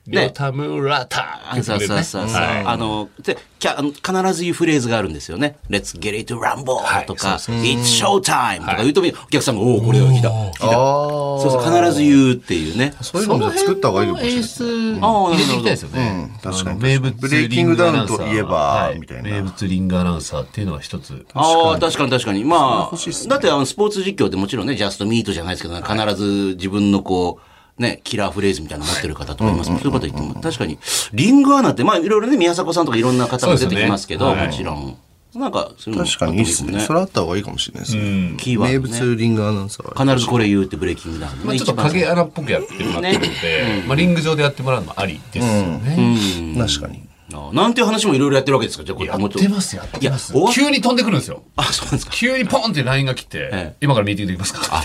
ね。 田村田。 そうそうそうそう。必ず言うフレーズがあるんですよね。Let's get it Rambo とか、It's showtime とか言うとお客さんが、おお、これを聞いた。そうそう、必ず言うっていうね。 そういうのも作った方がいいかもしれない。 演出入れていきたいですよね。 確かに。 名物ブレイキングダウンといえば、みたいな。 名物リングアナウンサーっていうのは一つ。 確かに確かに。まあ、だってスポーツ実況ってもちろんね、ジャストミートじゃないですけど、必ず自分のね、キラーフレーズみたいなの持ってる方とかいますもん。そういうこと言っても、確かに、リングアナって、まあ、いろいろね、宮迫さんとかいろんな方が出てきますけど、もちろん。なんか、そういうの確かにいいですね。それあった方がいいかもしれないですね。 キーワードね。 名物リングアナウンサーは。 必ずこれ言うってブレイキングダウン。 まあちょっと影穴っぽくやってもらってるので、まあリング上でやってもらうのもありですよね。 確かに。 なんていう話もいろいろやってるわけですか。じゃあこれやってますやってます。急に飛んでくるんですよ。 あ、そうなんですか。 急にポンって LINE が来て、今からミーティングできますか。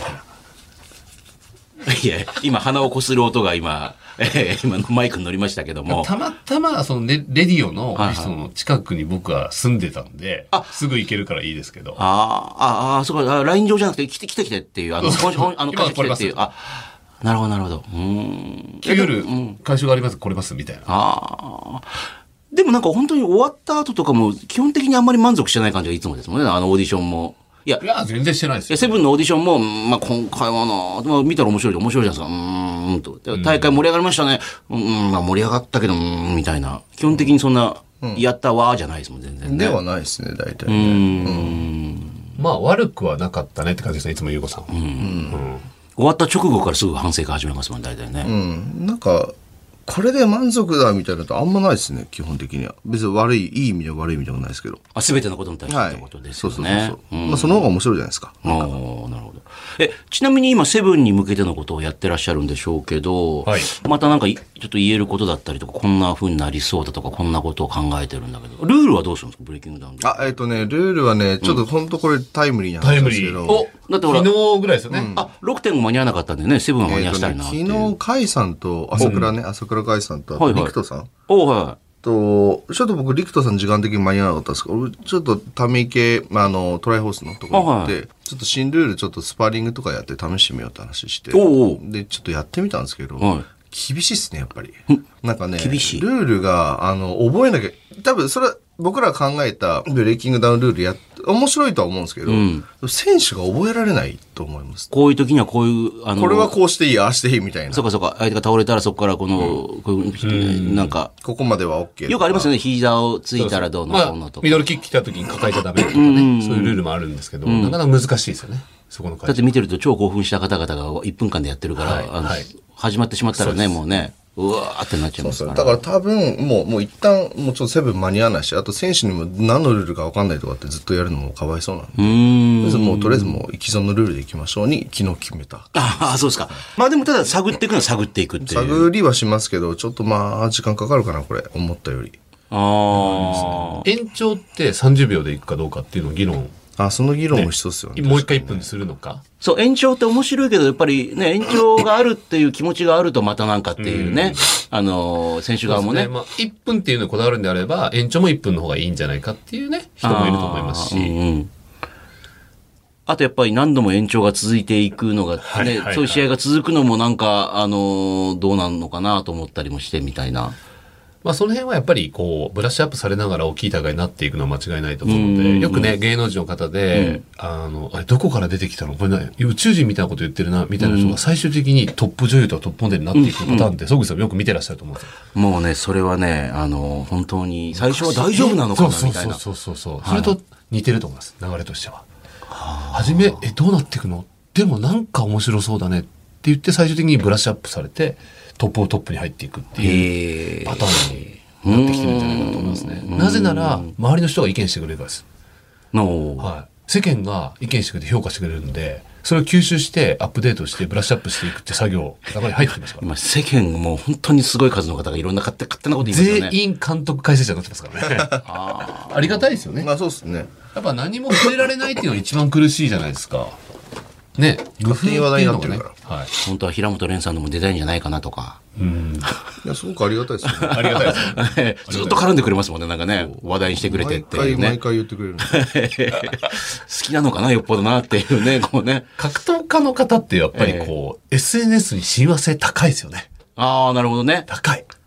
いや、今鼻をこする音が今マイクに乗りましたけども。 たまたま、レディオのオフィスの近くに僕は住んでたんで、すぐ行けるからいいですけど。 そうか、LINE 上じゃなくて、来てっていう、会社来てっていう、なるほど、なるほど。 夜、会場があります、来れますみたいな。 でもなんか本当に終わった後とかも、基本的にあんまり満足してない感じがいつもですもんね、オーディションも。 いや、全然してないですよ。 セブンのオーディションも、まあ、今回は見たら面白いじゃないですか。大会盛り上がりましたね。まあ、盛り上がったけど、みたいな。基本的にそんな、やったわーじゃないですもん、全然ね。 ではないですね、大体ね。 まあ、悪くはなかったねって感じですね、いつも優子さん。 終わった直後からすぐ反省会始めますもん、大体ね。 なんか、これで満足だみたいなのとあんまないですね、基本的には。別にいい意味でも悪い意味でもないですけど。 すべてのことに対してってことですよね。 まあその方が面白いじゃないですか。 なるほど。ちなみに今セブンに向けてのことをやってらっしゃるんでしょうけど、またなんかちょっと言えることだったりとか、こんな風になりそうだとか、こんなことを考えてるんだけど、ルールはどうするんですか、ブレイキングダウンで。 ルールはね、ちょっと本当これタイムリーな話ですけど。 だってほら、 昨日ぐらいですよね。 6.5 間に合わなかったんでね、セブンは間に合わせたいなっていう。 昨日、甲斐さんと、朝倉甲斐さんと、リクトさん。ちょっと僕、リクトさん時間的に間に合わなかったんですけど、ちょっとため池、トライホースのところに行って、ちょっと新ルールちょっとスパーリングとかやって試してみようって話して、で、ちょっとやってみたんですけど、厳しいっすね、やっぱり。なんかね、ルールが、覚えなきゃ、多分それは僕ら考えたブレイキングダウンルール面白いとは思うんですけど、選手が覚えられないと思います。 こういう時にはこういう、 これはこうしていい、ああしていいみたいな。 そうか。相手が倒れたらそこからなんか。 ここまでは OK。 よくありますよね、膝をついたらどうのこうのとか。 ミドルキック来た時に抱えちゃダメとかね、そういうルールもあるんですけど、なかなか難しいですよね。そこのだって見てると超興奮した方々が1分間でやってるから、始まってしまったらね、もうね。うわーってなっちゃいますから。 だから多分、もう一旦、もうちょっとセブン間に合わないし、あと選手にも何のルールか分かんないとかってずっとやるのもかわいそうなんで。もうとりあえずもう既存のルールでいきましょうに昨日決めた。 そうですか。まあでもただ探っていくのは探っていくっていう。 探りはしますけど、ちょっと時間かかるかな、これ。思ったより。 延長って30秒でいくかどうかっていうのを議論。 その議論も必要ですよね。 もう一回1分にするのか。 そう、延長って面白いけど、やっぱりね、延長があるっていう気持ちがあるとまたなんかっていうね、選手側もね。 1分っていうのにこだわるんであれば、延長も1分の方がいいんじゃないかっていうね、人もいると思いますし。 あとやっぱり何度も延長が続いていくのがね、そういう試合が続くのもなんか、どうなんのかなと思ったりもしてみたいな。 その辺はやっぱりブラッシュアップされながら大きい大会になっていくのは間違いないと思うので、よくね、芸能人の方で、あれどこから出てきたのこれ宇宙人みたいなこと言ってるな、みたいな人が最終的にトップ女優とかトップモデルになっていくパターンって、曽口さんよく見てらっしゃると思うんですよ。 もうね、それはね、本当に、最初は大丈夫なのかな、みたいな。 そう。それと似てると思います、流れとしては。はじめ、どうなっていくの？でもなんか面白そうだねって言って最終的にブラッシュアップされて、トップに入っていくっていうパターンになってきてるんじゃないかと思いますね。なぜなら、周りの人が意見してくれるからです。世間が意見してくれて評価してくれるんで、それを吸収してアップデートしてブラッシュアップしていくって作業中に入ってきますから。 今世間も本当にすごい数の方がいろんな勝手なこと言いますよね。 全員監督解説者になってますからね。ありがたいですよね。 そうですね。 やっぱ何も触れられないっていうのが一番苦しいじゃないですか。ね、 勝手に話題になってるから。 本当は平本蓮さんでも出たいんじゃないかなとか。 いや、すごくありがたいですよね。 ありがたいですね。 ずっと絡んでくれますもんね、なんかね、話題にしてくれてっていうね。 毎回言ってくれる。 好きなのかな、よっぽどなっていうね、 格闘家の方ってやっぱりSNS に親和性高いですよね。 なるほどね。 高い。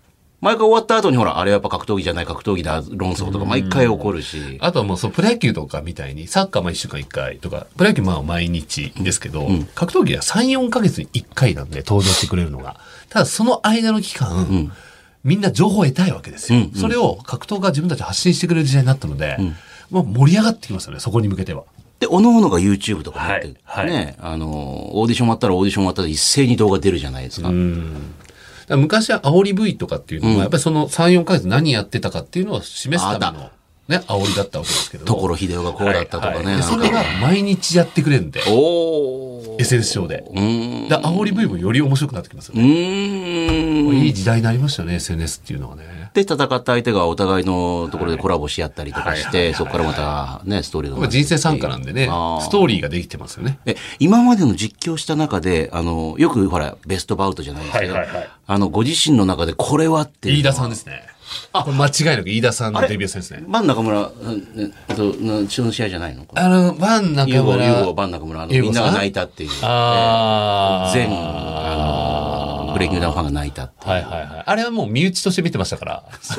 毎回終わった後にほら、あれやっぱ格闘技じゃない格闘技だ、論争とか毎回起こるし。 あとはもうプロ野球とかみたいに、サッカー1週間1回とか、プロ野球毎日ですけど、格闘技は3、4ヶ月に1回なんで登場してくれるのが。ただその間の期間、みんな情報を得たいわけですよ。それを格闘家が自分たち発信してくれる時代になったので、もう盛り上がってきますよね、そこに向けては。 で、おのおのが YouTube とかって、ね、オーディション終わったらオーディション終わったら一斉に動画出るじゃないですか。 昔は煽り V とかっていうのは、やっぱりその3、4ヶ月何やってたかっていうのを示すための、ね、煽りだったわけですけど。 所秀夫がこうだったとかね。 それが毎日やってくれるんで。SNS 上で。煽り V もより面白くなってきますよね。いい時代になりましたね、SNS っていうのはね。 で、戦った相手がお互いのところでコラボし合ったりとかして、そこからまたね、ストーリーが。 人生参加なんでね、ストーリーができてますよね。 今までの実況した中で、よくほら、ベストバウトじゃないですけど、ご自身の中でこれはっていう。 飯田さんですね。これ間違いなく飯田さんのデビュー戦ですね。 バン中村、その試合じゃないのバン中村。 ユーゴ、バン中村、みんなが泣いたっていう。全、ブレイキングダウンファンが泣いたっていう。 あれはもう身内として見てましたから。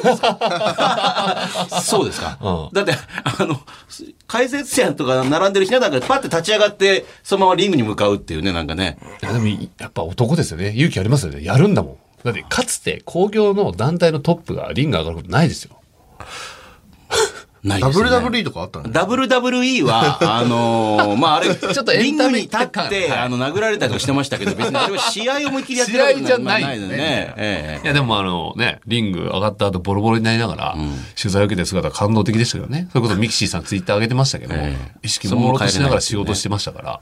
そうですか。だって、解説者とか並んでる人なんかパッて立ち上がって、そのままリングに向かうっていうね、なんかね。 でも、やっぱ男ですよね。勇気ありますよね。やるんだもん。だってかつて興行の団体のトップがリング上がることないですよ。 ないですね。 WWE とかあったんだ WWE は、まああれ、ちょっとリングに立って、殴られたりとかしてましたけど、別にあれは試合思いっきりやってるわけじゃないのね。いやでもね、リング上がった後ボロボロになりながら、取材を受けてる姿感動的でしたけどね。それこそミキシーさんツイッター上げてましたけど、意識朦朧としながら仕事してましたから、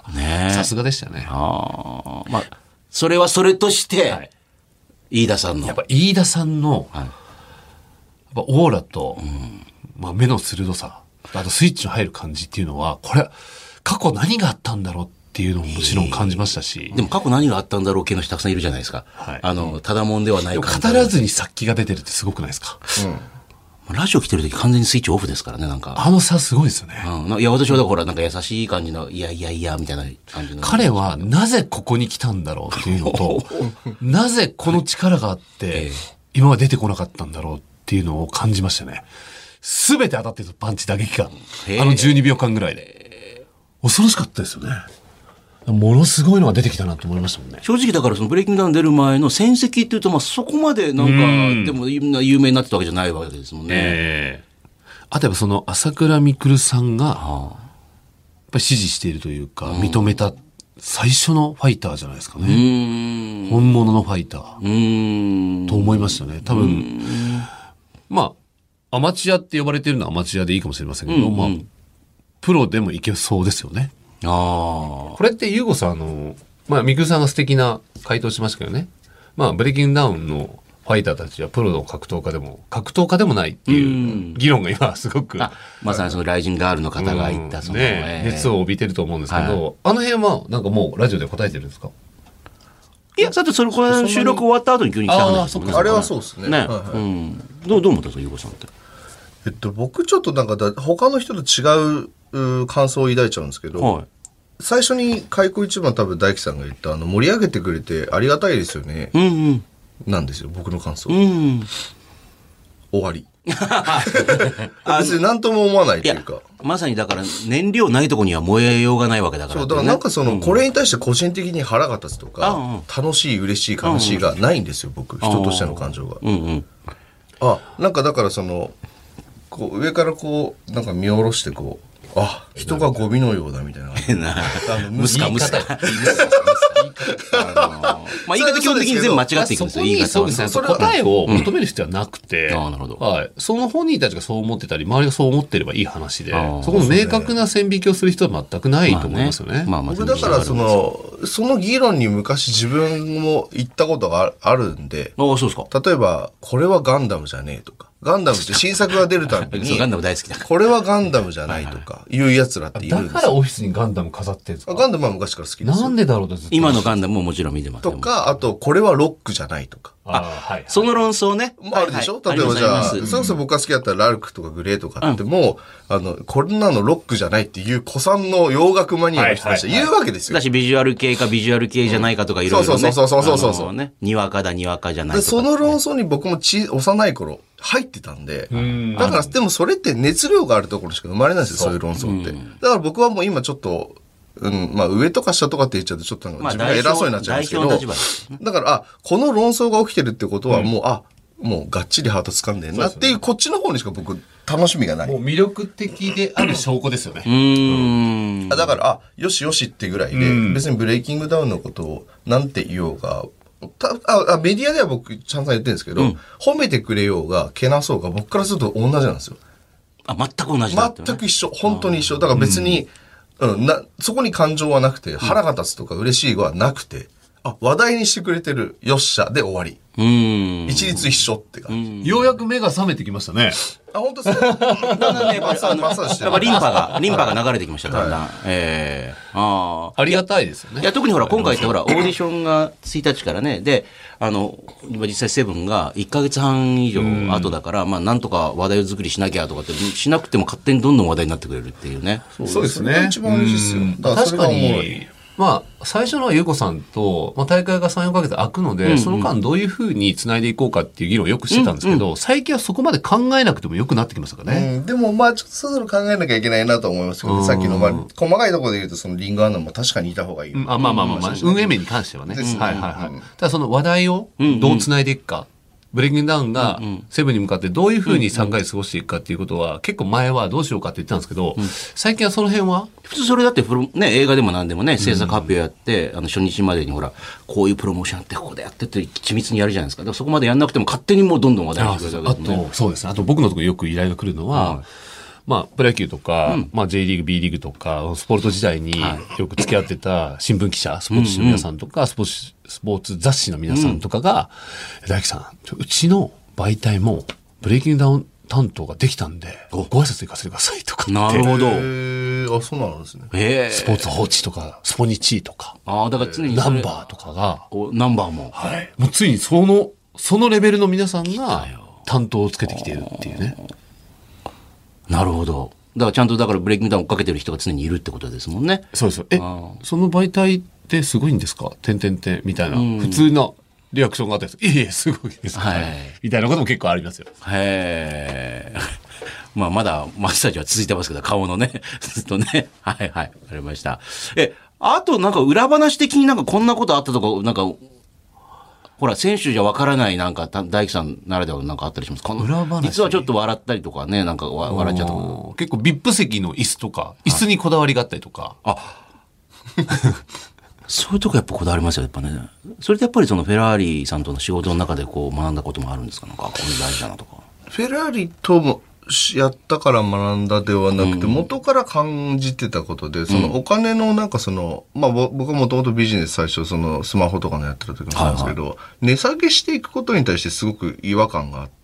さすがでしたね。 まあ、それはそれとして、飯田さんの。 やっぱ飯田さんの、やっぱオーラと、目の鋭さ、あとスイッチの入る感じっていうのは、これ、過去何があったんだろうっていうのももちろん感じましたし。 でも過去何があったんだろう系の人たくさんいるじゃないですか。ただもんではない感じ。語らずに殺気が出てるってすごくないですか。 ラジオ来てる時完全にスイッチオフですからね、なんか。 あの差すごいですよね。 いや、私はだからほら、なんか優しい感じの、いやいやいや、みたいな感じの。 彼はなぜここに来たんだろうっていうのと、なぜこの力があって、今は出てこなかったんだろうっていうのを感じましたね。すべて当たってるパンチ打撃が。12秒間ぐらいで。恐ろしかったですよね。ものすごいのが出てきたなと思いましたもんね。 正直だからそのブレイキングダウン出る前の戦績っていうと、まあそこまでなんか、でも有名になってたわけじゃないわけですもんね。 あとやっぱその朝倉未来さんが、やっぱり支持しているというか、認めた最初のファイターじゃないですかね。本物のファイター。と思いましたね。多分、まあ、アマチュアって呼ばれてるのはアマチュアでいいかもしれませんけど、まあ、プロでもいけそうですよね。これってユーゴさんまあ、みくるさんが素敵な回答しましたけどね。まあ、ブレイキングダウンのファイターたちはプロの格闘家でもないっていう議論が今すごく。 まさにそのライジンガールの方が言ったその、 熱を帯びてると思うんですけど、あの辺はなんかもうラジオで答えてるんですか？ いや、だってこれ収録終わった後に急に来た話ですもんね。 あれはそうですね。 どう思ったんですか、ゆうごさんって。 僕ちょっとなんか他の人と違う感想を抱いちゃうんですけど、最初に開口一番多分大樹さんが言った盛り上げてくれてありがたいですよね。なんですよ、僕の感想。終わり。別に何とも思わないというか。 まさにだから燃料ないとこには燃えようがないわけだから、 そう、だからなんかこれに対して個人的に腹が立つとか、楽しい、嬉しい、悲しいがないんですよ、僕。人としての感情が。なんかだからこう上からこう、なんか見下ろしてこう、人がゴミのようだみたいな。 むすか。まあ言い方基本的に全部間違っていくんですよ、言い方は。 答えを求める必要はなくて、その本人たちがそう思ってたり、周りがそう思ってればいい話で、そこの明確な線引きをする人は全くないと思いますよね。 僕だからその議論に昔自分も言ったことがあるんで、 そうですか。 例えば、これはガンダムじゃねえとか、 ガンダムって新作が出るたびに、 ガンダム大好きだから。 これはガンダムじゃないとか、いうやつらっているんですよ。 だからオフィスにガンダム飾ってるんですか？ ガンダムは昔から好きですよ。 なんでだろうと今のガンダムももちろん見てます。 とか、あと、これはロックじゃないとか。 その論争ね。 あるでしょ、例えばじゃあ、それこそ僕が好きだったらラルクとかグレーとかっても、こんなのロックじゃないっていう古参の洋楽マニアの人たち言うわけですよ。 だし、ビジュアル系かビジュアル系じゃないかとかいろいろね。 そう。 にわかだ、にわかじゃないとか。 その論争に僕も幼い頃入ってたんで、だから、でもそれって熱量があるところしか生まれないんですよ、そういう論争って。だから僕はもう今ちょっと、まあ上とか下とかって言っちゃうとちょっと自分が偉そうになっちゃうんですけど、だから、この論争が起きてるってことはもう、もうがっちりハート掴んでんなっていう、こっちの方にしか僕楽しみがない。 もう魅力的である証拠ですよね。 だから、よしよしってぐらいで、別にブレイキングダウンのことをなんて言おうが、メディアでは僕ちゃんと言ってるんですけど、褒めてくれようがけなそうが僕からすると同じなんですよ。 全く同じだってね。 全く一緒。本当に一緒。だから別に、そこに感情はなくて、腹が立つとか嬉しいはなくて、話題にしてくれてる、よっしゃ、で終わり。一律一緒って感じ。 ようやく目が覚めてきましたね。 本当ですか？だんだんね、 やっぱリンパが流れてきました、だんだん。 ありがたいですよね。 いや、特にほら、今回ってほら、オーディションが1日からね、で、実際セブンが1ヶ月半以上後だから、まあ、なんとか話題作りしなきゃとかって、しなくても勝手にどんどん話題になってくれるっていうね。 そうですね。一番嬉しいですよ。 確かに。まあ、最初のは優子さんと、大会が3、4ヶ月空くので、その間どういうふうに繋いでいこうかっていう議論をよくしてたんですけど、最近はそこまで考えなくてもよくなってきましたかね。 でもちょっとそろそろ考えなきゃいけないなと思いますけど、さっきの細かいところで言うと、そのリングアナも確かにいた方がいい。 運営面に関してはね。ただその話題をどう繋いでいくか。ブレイキングダウンがセブンに向かってどういうふうに3回過ごしていくかっていうことは結構前はどうしようかって言ってたんですけど、最近はその辺は普通それだって映画でも何でもね、制作発表やって、初日までにほら、こういうプロモーションやって、ここでやってって緻密にやるじゃないですか。だからそこまでやんなくても勝手にもうどんどん話題にしてくれるわけですね。 そうですね。あと僕のところによく依頼が来るのは、プロ野球とか、J リーグ、B リーグとか、スポルト時代によく付き合ってた新聞記者、スポーツ紙の皆さんとか、スポーツ雑誌の皆さんとかが、大樹さん、うちの媒体もブレイキングダウン担当ができたんで、ご挨拶行かせてくださいとかって。 なるほど。 そうなんですね。 スポーツ報知とか、スポニチとか。 だから常にナンバーとかが。 ナンバーも。 はい。もうついにそのレベルの皆さんが担当をつけてきているっていうね。 なるほど。だからちゃんとブレイキングダウンを追っかけてる人が常にいるってことですもんね。 そうですよ。その媒体ってすごいんですか？みたいな。普通のリアクションがあったりする。すごいですか、みたいなことも結構ありますよ。 まだマッサージは続いてますけど、顔のね、ずっとね。わかりました。あと裏話的にこんなことあったとか、ほら、選手じゃわからない大樹さんならではあったりしますか？裏話。実はちょっと笑ったりとかね、笑っちゃった。 結構 VIP 席の椅子とか、椅子にこだわりがあったりとか。 そういうとこやっぱこだわりますよ、やっぱね。それでやっぱりそのフェラーリさんとの仕事の中で学んだこともあるんですか？これ大事だなとか。 フェラーリともやったから学んだではなくて、元から感じてたことで、そのお金の僕はもともとビジネス最初スマホとかのやってた時もそうなんですけど、値下げしていくことに対してすごく違和感があって、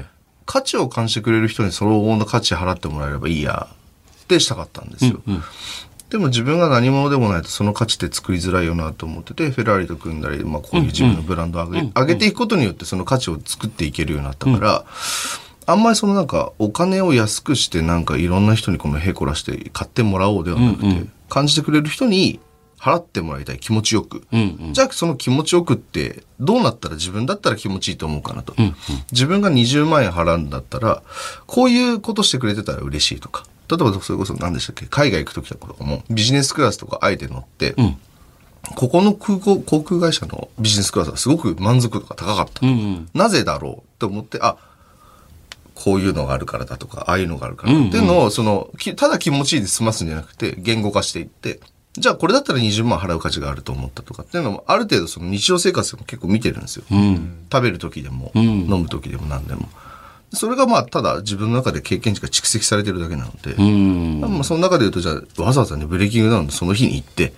価値を感じてくれる人にその後の価値払ってもらえればいいやってしたかったんですよ。でも自分が何者でもないとその価値って作りづらいよなと思ってて、フェラーリと組んだり、こういう自分のブランドを上げていくことによってその価値を作っていけるようになったから、あんまりお金を安くしていろんな人にへこらして買ってもらおうではなくて、感じてくれる人に払ってもらいたい、気持ちよく。じゃあその気持ちよくってどうなったら自分だったら気持ちいいと思うかなと。自分が20万円払うんだったら、こういうことしてくれてたら嬉しいとか。例えばそれこそ何でしたっけ、海外行く時とかもビジネスクラスとかあえて乗って、ここの航空会社のビジネスクラスはすごく満足度が高かった。なぜだろうと思って、こういうのがあるからだとか、ああいうのがあるからっていうのを、ただ気持ちいいで済ますんじゃなくて、言語化していって、じゃあこれだったら20万払う価値があると思ったとかっていうのも、ある程度日常生活でも結構見てるんですよ。食べる時でも、飲む時でも何でも。それがただ自分の中で経験値が蓄積されてるだけなので、その中で言うと、じゃあわざわざね、ブレイキングダウンのその日に行って、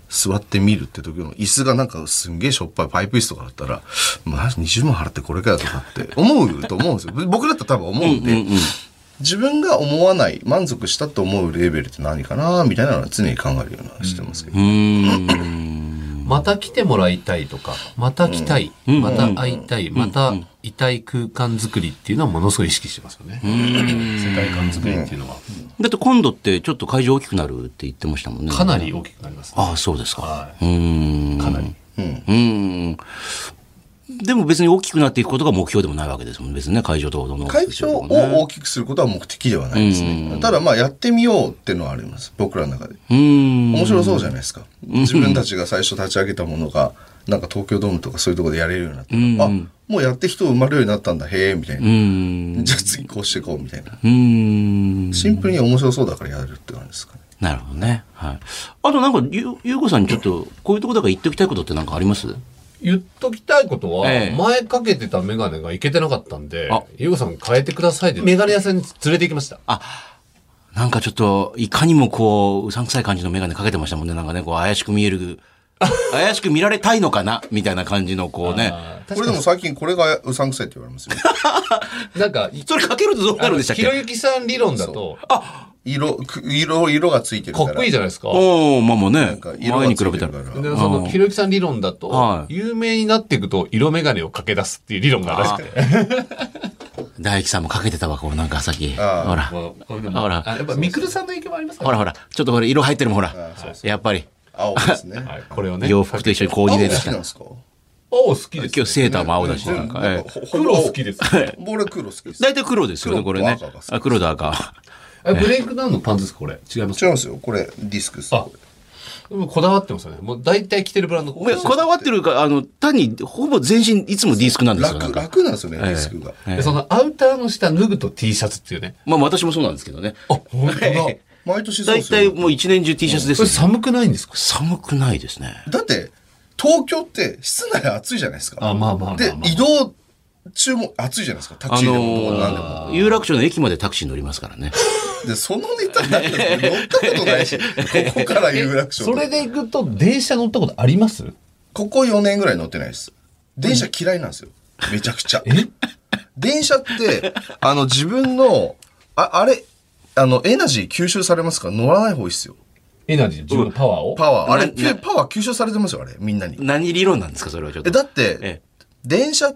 座ってみるって時の椅子がなんかすんげえしょっぱいパイプ椅子とかだったら、まあ20万払ってこれかよとかって思うと思うんですよ。僕だったら多分思うんで、自分が思わない、満足したと思うレベルって何かなみたいなのは常に考えるようなしてますけど。 また来てもらいたいとか、また来たい、また会いたい、またいたい空間作りっていうのはものすごい意識してますよね。世界観作りっていうのは。 だって今度ってちょっと会場大きくなるって言ってましたもんね。 かなり大きくなります、ね。 ああ、そうですか。 はい、かなり。 でも別に大きくなっていくことが目標でもないわけですもんね。別にね、会場とかどんどん会場を大きくすることは目的ではないですね。ただまあやってみようっていうのはあります。僕らの中で。面白そうじゃないですか。自分たちが最初立ち上げたものが、なんか東京ドームとかそういうところでやれるようになったら、あ、もうやって人生まれるようになったんだ、へえ、みたいな。じゃあ次こうしていこう、みたいな。シンプルに面白そうだからやるって感じですかね。 なるほどね。はい。あとなんか、ゆうこさんにちょっと、こういうところだから言っておきたいことってなんかあります？ 言っときたいことは、前かけてたメガネがいけてなかったんで、ゆうこさん変えてくださいってメガネ屋さんに連れて行きました。 なんかちょっと、いかにもこう、うさんくさい感じのメガネかけてましたもんね。なんかね、こう、怪しく見える、怪しく見られたいのかなみたいな感じの、こうね。 これでも最近これがうさんくさいって言われますよ。 なんか、 それかけるとどうなるんでしたっけ？ ひろゆきさん理論だと、 色がついてるから。 かっこいいじゃないですか。 まあまあね。前に比べたら。 でそのひろゆきさん理論だと、有名になっていくと色眼鏡をかけ出すっていう理論があるらしくて。 大樹さんもかけてたわ、こうなんかさっき。ほら。ほら。 やっぱみくるさんの影響もありますか？ ほら。ちょっとこれ色入ってるもん、ほら。やっぱり。 青ですね。 これをね。 洋服と一緒にコーディネートした。 青好きなんですか？ 青好きです。 今日セーターも青だし、なんか。 黒好きです。 俺黒好きです。 大体黒ですよね、これね。黒と赤。 ブレイクダウンのパンツですか、これ？違います。 違いますよ。これディスクス。 こだわってますよね。もう大体着てるブランド。 こだわってるか、単に、ほぼ全身いつもディスクなんですよ。 楽なんですよね、ディスクが。 そのアウターの下脱ぐと T シャツっていうね。 まあ私もそうなんですけどね。 本当だ。 毎年そうですよ。 大体もう一年中 T シャツです。 それ寒くないんですか？ 寒くないですね。 だって、東京って室内暑いじゃないですか。 まあ。 で、移動中も暑いじゃないですか。タクシーでもどこなんでも。 有楽町の駅までタクシー乗りますからね。 で、そのネタなんで乗ったことないし、ここから有楽町。 それで行くと電車乗ったことあります？ ここ4年ぐらい乗ってないです。電車嫌いなんですよ。めちゃくちゃ。電車って、自分の、エナジー吸収されますから乗らない方がいいっすよ。 エナジー、自分のパワーを？ パワー吸収されてますよ、あれ、みんなに。 何理論なんですか、それはちょっと。 だって、電車って、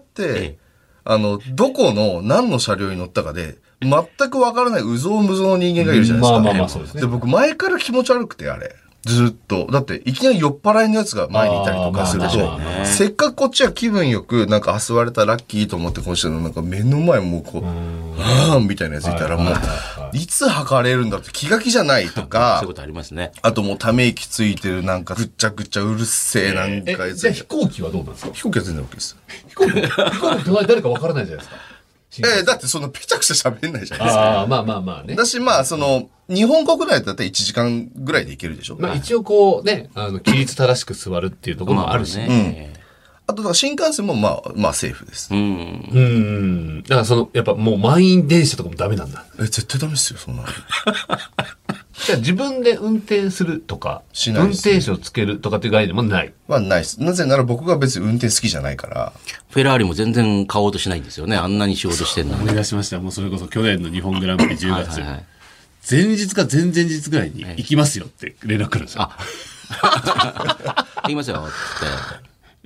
どこの何の車両に乗ったかで、全くわからない有象無象の人間がいるじゃないですか。 まあそうですね。 で、僕前から気持ち悪くて、あれ。ずっと。だって、いきなり酔っ払いのやつが前にいたりとかすると、せっかくこっちは気分よく、なんか、座れたラッキーと思ってこうしてるの、なんか目の前もうこう、みたいなやついたらもう、いつ測れるんだって気が気じゃないとか、 そういうことありますね。 あともうため息ついてるなんかぐっちゃぐちゃうるせえなんかやつ。 じゃあ飛行機はどうなんですか？ 飛行機は全然 OK です。 飛行機誰かわからないじゃないですか。 だってそのぺちゃくちゃ喋んないじゃないですか。 まあね。 だし、日本国内だったら1時間ぐらいで行けるでしょ。 一応こうね、規律正しく座るっていうところもあるしね。 あと、新幹線もまあセーフです。 だからやっぱもう満員電車とかもダメなんだ。 絶対ダメですよ、そんなの。 じゃあ自分で運転するとか、運転手をつけるとかっていう概念もない？ ないです。なぜなら僕が別に運転好きじゃないから。 フェラーリも全然買おうとしないんですよね。あんなに仕事してんのに。 思い出しました。もうそれこそ去年の日本グランプリ10月。前日か前々日ぐらいに行きますよって連絡来るんですよ。 行きますよって。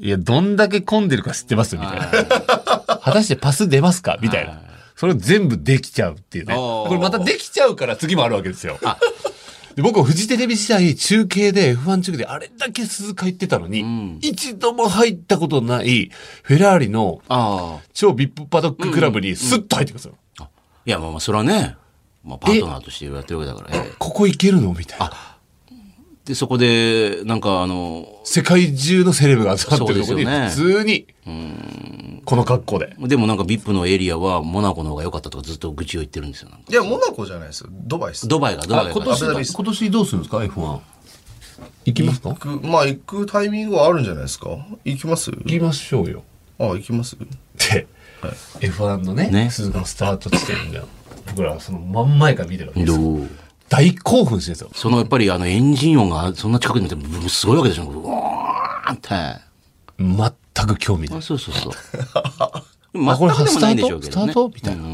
いや、どんだけ混んでるか知ってますよみたいな。果たしてパス出ますかみたいな。それ全部できちゃうっていうね。これまたできちゃうから次もあるわけですよ。で僕、フジテレビ時代中継で F1 中継であれだけ鈴鹿行ってたのに、一度も入ったことないフェラーリの超ビップパドッククラブにスッと入ってくるんですよ。 いや、まあそれはね、パートナーとしてやってるわけだから。 ここ行けるのみたいな。 で、そこで、なんか世界中のセレブが集まってるところに普通に、この格好で。 でもなんか VIP のエリアはモナコの方が良かったとかずっと愚痴を言ってるんですよ。 いや、モナコじゃないですよ。ドバイです。 ドバイが。 今年どうするんですか F1。行きますか？ 行くタイミングはあるんじゃないですか。行きます？ 行きましょうよ。 行きます？ で、F1 のね、鈴鹿のスタート地点が、僕らその真ん前から見てるわけですよ。大大興奮してるんですよ。 そのやっぱりエンジン音がそんな近くにいてすごいわけでしょ。うわーって。 全く興味ない。 そうそうそう。 全くでもないんでしょうけどね。スタートみたいな。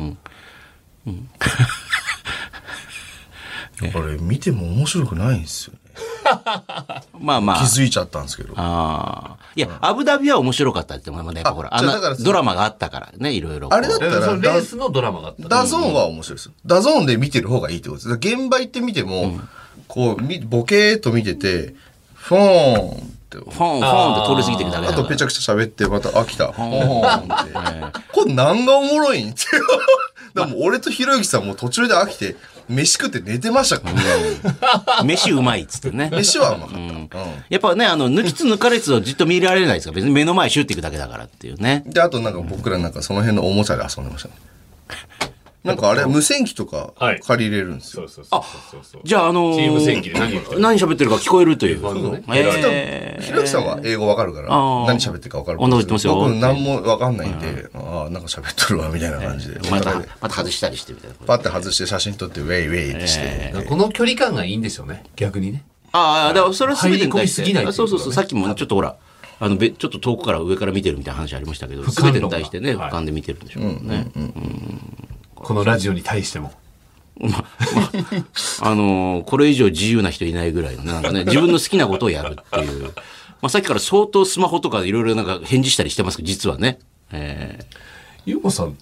これ見ても面白くないんですよね。 まあまあ。 気づいちゃったんですけど。 いや、アブダビは面白かったって思いますね。やっぱほら、ドラマがあったからね、いろいろ。 あれだったら、 レースのドラマがあった。 ダゾーンは面白いです。ダゾーンで見てる方がいいってことです。現場行ってみても、こう、ボケーっと見てて、フォーンって。 フォーンって通り過ぎてるだけだから。 あとぺちゃくちゃ喋って、また、来た。フォーンって。これ何がおもろいんって。でも俺とひろゆきさんも途中で飽きて、飯食って寝てましたからね。飯うまいっつってね。 飯はうまかった。 やっぱね、抜きつ抜かれつをじっと見られないですから、別に目の前シューっていくだけだからっていうね。 で、あとなんか僕らなんかその辺のおもちゃで遊んでましたね。なんかあれ、無線機とか借りれるんですよ。 じゃあチーム戦記で何喋ってるか聞こえるという。 ひろゆきさんは英語わかるから、何喋ってるかわかる。僕何もわかんないんで、なんか喋っとるわ、みたいな感じで。 また外したりしてみたいな。 パッて外して写真撮って、ウェイウェイってして。 この距離感がいいんですよね、逆にね。 だからそれは全てに対して。 入り込みすぎない。 そうそうそう、さっきもちょっとほら、ちょっと遠くから上から見てるみたいな話ありましたけど、全てに対してね、俯瞰で見てるんでしょうね。 このラジオに対しても。 これ以上自由な人いないぐらいのね、なんかね、自分の好きなことをやるっていう。さっきから相当スマホとかいろいろなんか返事したりしてますけど、実はね。 ゆうこさんって、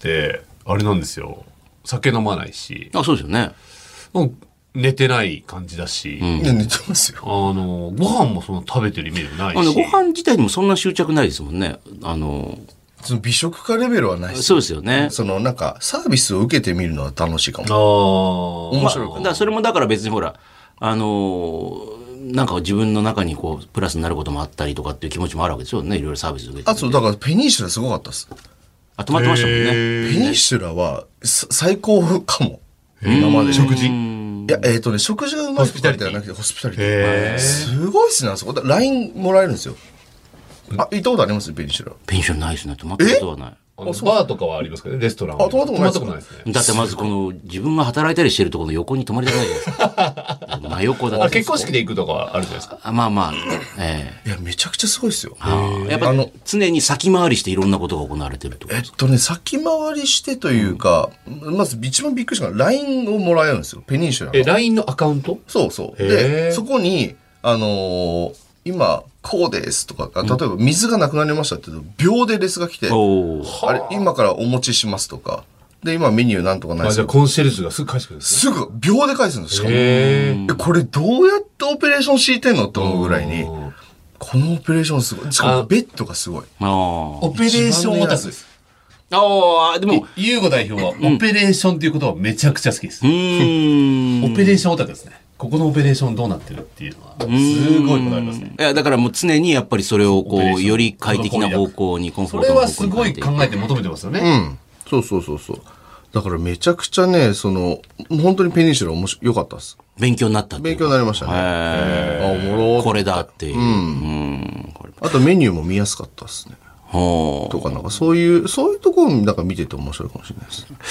あれなんですよ。酒飲まないし。 そうですよね。 寝てない感じだし。 寝てますよ。 ご飯もそんな食べてるイメージないし。 ご飯自体にもそんな執着ないですもんね。 その美食家レベルはないです。 そうですよね。 なんか、サービスを受けてみるのは楽しいかも。面白いかも。 だからそれもだから別にほら、なんか自分の中にこう、プラスになることもあったりとかっていう気持ちもあるわけですよね。いろいろサービス受けて。 そう、だからペニンシュラすごかったです。 止まってましたもんね。 ペニンシュラは、最高かも。今まで。 食事。 いや、食事がうまいとかではなくて、ホスピタリティ。すごいっすね、あそこ。LINE もらえるんですよ。行ったことありますペニンシュラ。 ペニンシュラないですね。泊まったことはない。 バーとかはありますけどね、レストランは。 泊まったことないですね。 だってまずこの、自分が働いたりしてるところの横に泊まりたくないじゃないですか。真横だって。 結婚式で行くとかはあるじゃないですか。 まあ。 いや、めちゃくちゃすごいですよ。 やっぱ常に先回りしていろんなことが行われてるってことですか？ 先回りしてというか、まず一番びっくりしたのが LINE をもらえるんですよ。ペニンシュラの。 LINE のアカウント？ そうそう。で、そこに、今、こうですとか、例えば水がなくなりましたって言うと、秒でレスが来て、あれ、今からお持ちしますとか、で、今メニューなんとかないですか。じゃあコンシェルジュがすぐ返してくるんですね。すぐ、秒で返すんですしかも。これどうやってオペレーション敷いてんのって思うぐらいに、このオペレーションすごい。しかもベッドがすごい。 オペレーションオタクです。 でも、 ユーゴ代表はオペレーションっていうことはめちゃくちゃ好きです。オペレーションオタクですね。ここのオペレーションどうなってるっていうのは、すごいこだわりますね。 いや、だからもう常にやっぱりそれをこう、より快適な方向に、コンフォートな方向に。 それはすごい考えて求めてますよね。 そう。だからめちゃくちゃね、本当にペニンシュラ良かったです。 勉強になったっていう。 勉強になりましたね。おもろこれだっていう。 あとメニューも見やすかったですね。とかなんかそういうところをなんか見てて面白いかもしれないです。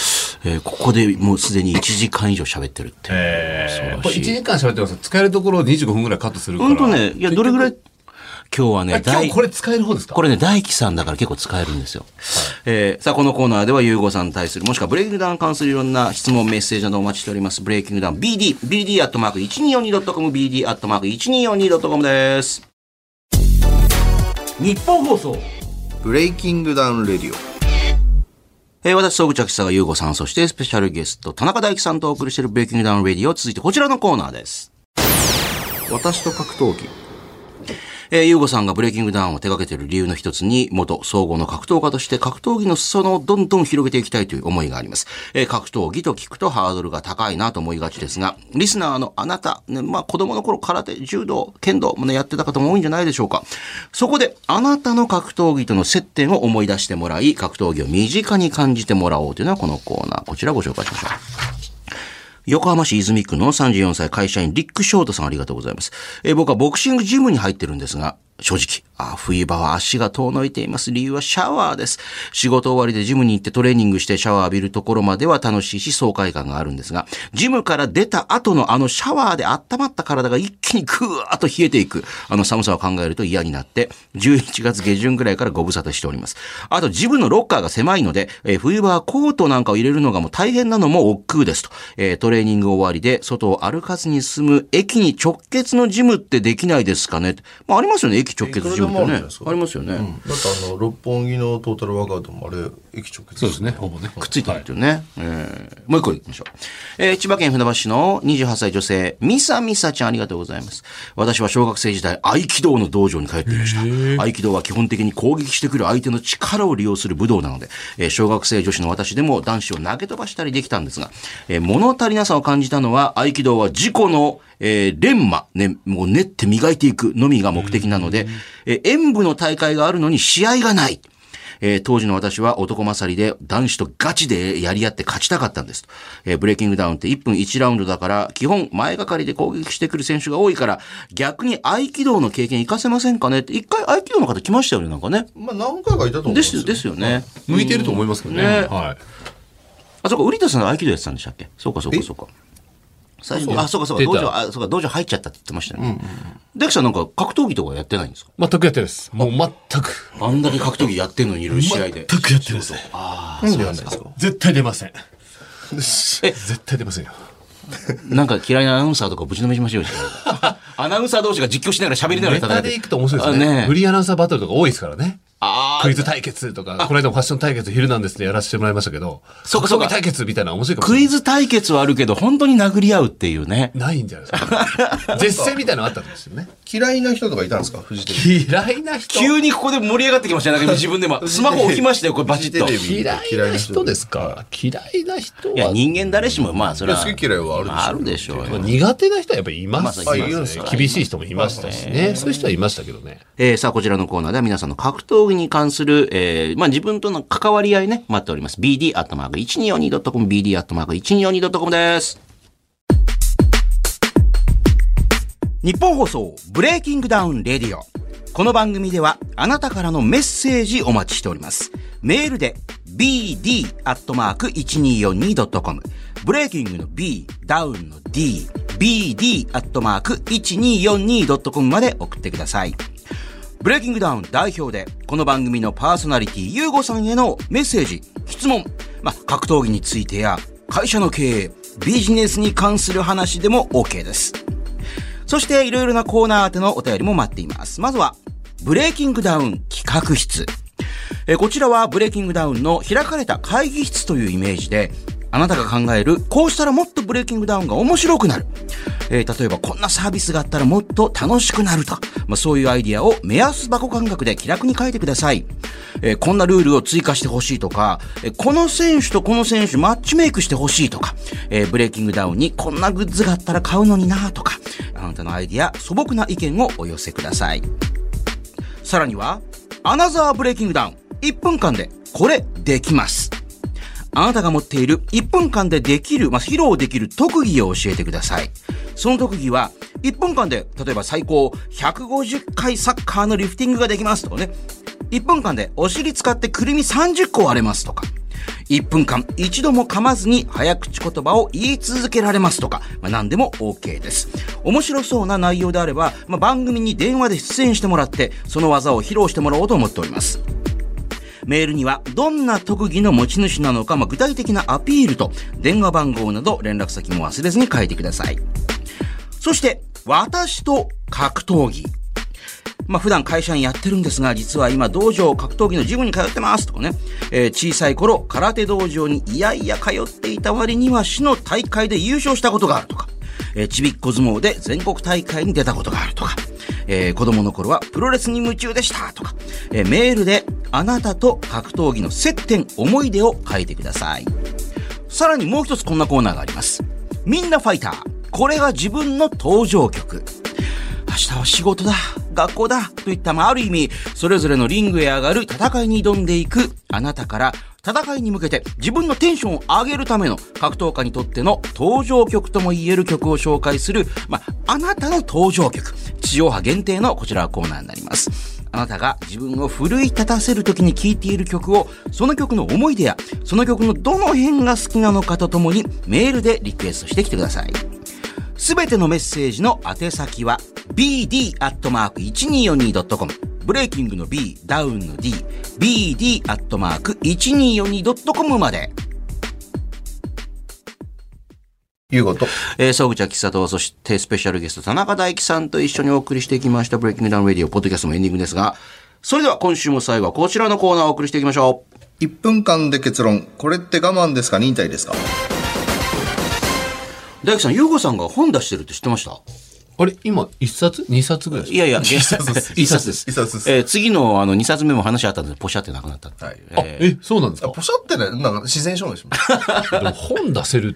ここでもうすでに1時間以上喋ってるって。 これ1時間喋ってます。使えるところを25分ぐらいカットするから。 本当ね、いや、どれぐらい、今日はね、 今日これ使える方ですか？ これね、大輝さんだから結構使えるんですよ。さあ、このコーナーでは、ゆうごさんに対する、もしくはブレイキングダウンに関するいろんな質問、メッセージなどお待ちしております。ブレイキングダウン BD、BD@1242.com、BD@1242.com です。日本放送。 ブレイキングダウンレディオ。私、総口秋佐がゆうごさん、そしてスペシャルゲスト、田中大輝さんとお送りしているブレイキングダウンレディオ、続いてこちらのコーナーです。 私と格闘技。 ゆうごさんがブレイキングダウンを手掛けている理由の一つに、元総合の格闘家として格闘技の裾野をどんどん広げていきたいという思いがあります。格闘技と聞くとハードルが高いなと思いがちですが、リスナーのあなた、ね、子供の頃空手、柔道、剣道もね、やってた方も多いんじゃないでしょうか。そこで、あなたの格闘技との接点を思い出してもらい、格闘技を身近に感じてもらおうというのはこのコーナー。こちらご紹介しましょう。横浜市泉区の34歳会社員リック・ショートさんありがとうございます。僕はボクシングジムに入ってるんですが、 正直、冬場は足が遠のいています。理由はシャワーです。仕事終わりでジムに行ってトレーニングしてシャワー浴びるところまでは楽しいし爽快感があるんですが、ジムから出た後のシャワーで温まった体が一気にぐーっと冷えていく、寒さを考えると嫌になって、11月下旬ぐらいからご無沙汰しております。あとジムのロッカーが狭いので、冬場はコートなんかを入れるのがもう大変なのも億劫ですと。トレーニング終わりで外を歩かずに済む駅に直結のジムってできないですかね。ありますよね、駅直結ジムってね。ありますよね。 だって六本木のトータルワークアウトもあれ、駅直結。 そうですね、ほぼね。 くっついてるっていうね。もう一個行きましょう。千葉県船橋市の28歳女性、みさちゃんありがとうございます。私は小学生時代、合気道の道場に通っていました。合気道は基本的に攻撃してくる相手の力を利用する武道なので、小学生女子の私でも男子を投げ飛ばしたりできたんですが、物足りなさを感じたのは、合気道は自己の練磨、ね、もう練って磨いていくのみが目的なので、演武の大会があるのに試合がない。当時の私は男勝りで男子とガチでやり合って勝ちたかったんです。ブレイキングダウンって1分1ラウンドだから、基本前がかりで攻撃してくる選手が多いから、逆に合気道の経験活かせませんかねって、一回合気道の方来ましたよね、なんかね。 何回かいたと思うんですよ。 ですよね。 向いてると思いますけどね。はい。 そうか、瓜田さんが合気道やってたんでしたっけ？そうか。最初に、そうか、道場入っちゃったって言ってましたね。デクさんなんか格闘技とかやってないんですか？ 全くやってないです。もう全く。 あんだけ格闘技やってんのにいる試合で。 全くやってないです。 なんでやんないですか？ 絶対出ません。絶対出ませんよ。 なんか嫌いなアナウンサーとかぶちのめしましょうよ。アナウンサー同士が実況しながら喋りながらネタで行くと面白いですね。フリーアナウンサーバトルとか多いですからね。クイズ対決とか、この間もファッション対決ヒルナンデスでやらせてもらいましたけど、格闘技対決みたいな面白いかもしれない。 クイズ対決はあるけど、本当に殴り合うっていうね。 ないんじゃないですか。絶戦みたいなのあったんですよね。 嫌いな人とかいたんですか？フジテレビ。嫌いな人？ 急にここで盛り上がってきましたね。なんか自分でも。スマホ置きましたよ、これバチッと。 嫌いな人ですか？嫌いな人は。 いや、人間誰しも、それは。 好き嫌いはあるでしょう。 苦手な人はやっぱりいますね。厳しい人もいましたしね。そういう人はいましたけどね。 さあ、こちらのコーナーでは皆さんの格闘技に関する、自分との関わり合いね、待っております。bd@1242.com、bd@1242.com です。日本放送、ブレイキングダウンレディオ。この番組では、あなたからのメッセージお待ちしております。メールで、bd@1242.com、ブレイキングの B、ダウンの D、bd@1242.com まで送ってください。ブレイキングダウン代表で、この番組のパーソナリティ、ゆうごさんへのメッセージ、質問、格闘技についてや、会社の経営、ビジネスに関する話でも OK です。そして、いろいろなコーナー宛てのお便りも待っています。まずは、ブレイキングダウン企画室。こちらは、ブレイキングダウンの開かれた会議室というイメージで、あなたが考える、こうしたらもっとブレイキングダウンが面白くなる。例えばこんなサービスがあったらもっと楽しくなると。そういうアイディアを目安箱感覚で気楽に書いてください。こんなルールを追加してほしいとか、この選手とこの選手マッチメイクしてほしいとか、ブレイキングダウンにこんなグッズがあったら買うのになとか、あなたのアイディア、素朴な意見をお寄せください。さらには、アナザーブレイキングダウン。1分間でこれできます。あなたが持っている1分間でできる、披露できる特技を教えてください。その特技は、1分間で、例えば最高150回サッカーのリフティングができますとかね。1分間でお尻使ってくるみ30個割れますとか。1分間一度も噛まずに早口言葉を言い続けられますとか、何でも OK です。面白そうな内容であれば、番組に電話で出演してもらって、その技を披露してもらおうと思っております。メールにはどんな特技の持ち主なのか、具体的なアピールと電話番号など連絡先も忘れずに書いてください。そして、私と格闘技。普段会社にやってるんですが、実は今道場格闘技のジムに通ってますとかね。小さい頃空手道場にいやいや通っていた割には市の大会で優勝したことがあるとか。ちびっこ相撲で全国大会に出たことがあるとか。子供の頃はプロレスに夢中でしたとか、メールであなたと格闘技の接点、思い出を書いてください。さらにもう一つこんなコーナーがあります。みんなファイター。これが自分の登場曲。明日は仕事だ、学校だといった、ある意味それぞれのリングへ上がる戦いに挑んでいくあなたから戦いに向けて自分のテンションを上げるための格闘家にとっての登場曲とも言える曲を紹介する、あなたの登場曲。地上波限定のこちらはコーナーになります。あなたが自分を奮い立たせる時に聴いている曲を、その曲の思い出や、その曲のどの辺が好きなのかとともにメールでリクエストしてきてください。すべてのメッセージの宛先は bd@1242.com、ブレイキングの B、ダウンの D、bd@1242.com まで。 いうこと。 総口秋里、そしてスペシャルゲスト田中大樹さんと一緒にお送りしてきましたブレイキングダウンラディオポッドキャストもエンディングですが、それでは今週も最後はこちらのコーナーをお送りしていきましょう。 1分間で結論。これって我慢ですか忍耐ですか？ 大樹さん、ゆうごさんが本出してるって知ってました？ あれ今1冊2冊ぐらいですか？ いやいや、1冊です。 一冊です。 次の2冊目も話あったんで、ポシャってなくなったっていう。 はい。 そうなんですか？ ポシャってね、なんか自然消滅します。 でも本出せるって、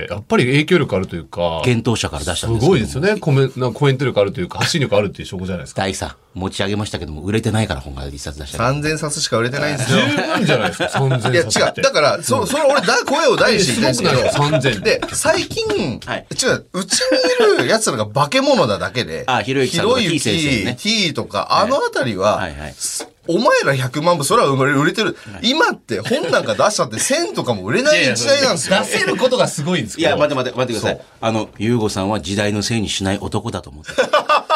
やっぱり影響力あるというか。 幻冬舎から出したんですすごいですよね。コメント力あるというか、発信力あるっていう証拠じゃないですか。 大樹さん、持ち上げましたけども、売れてないから本が1冊出した。 3000冊しか売れてないんですよ。 十分じゃないですか、3000冊。 いや、違う。だから、それ俺、声を大にして言いたいんですけど。 3000。 で、最近、違う、うちにいる奴らが化け物なだけで、 ひろゆきさんとか T 先生ね。 T とか、あのあたりは、お前ら100万部、それは売れてる。今って本なんか出したって1000とかも売れない時代なんですよ。 出せることがすごいんですけど。 いや、待ってください。ゆうごさんは時代のせいにしない男だと思って。確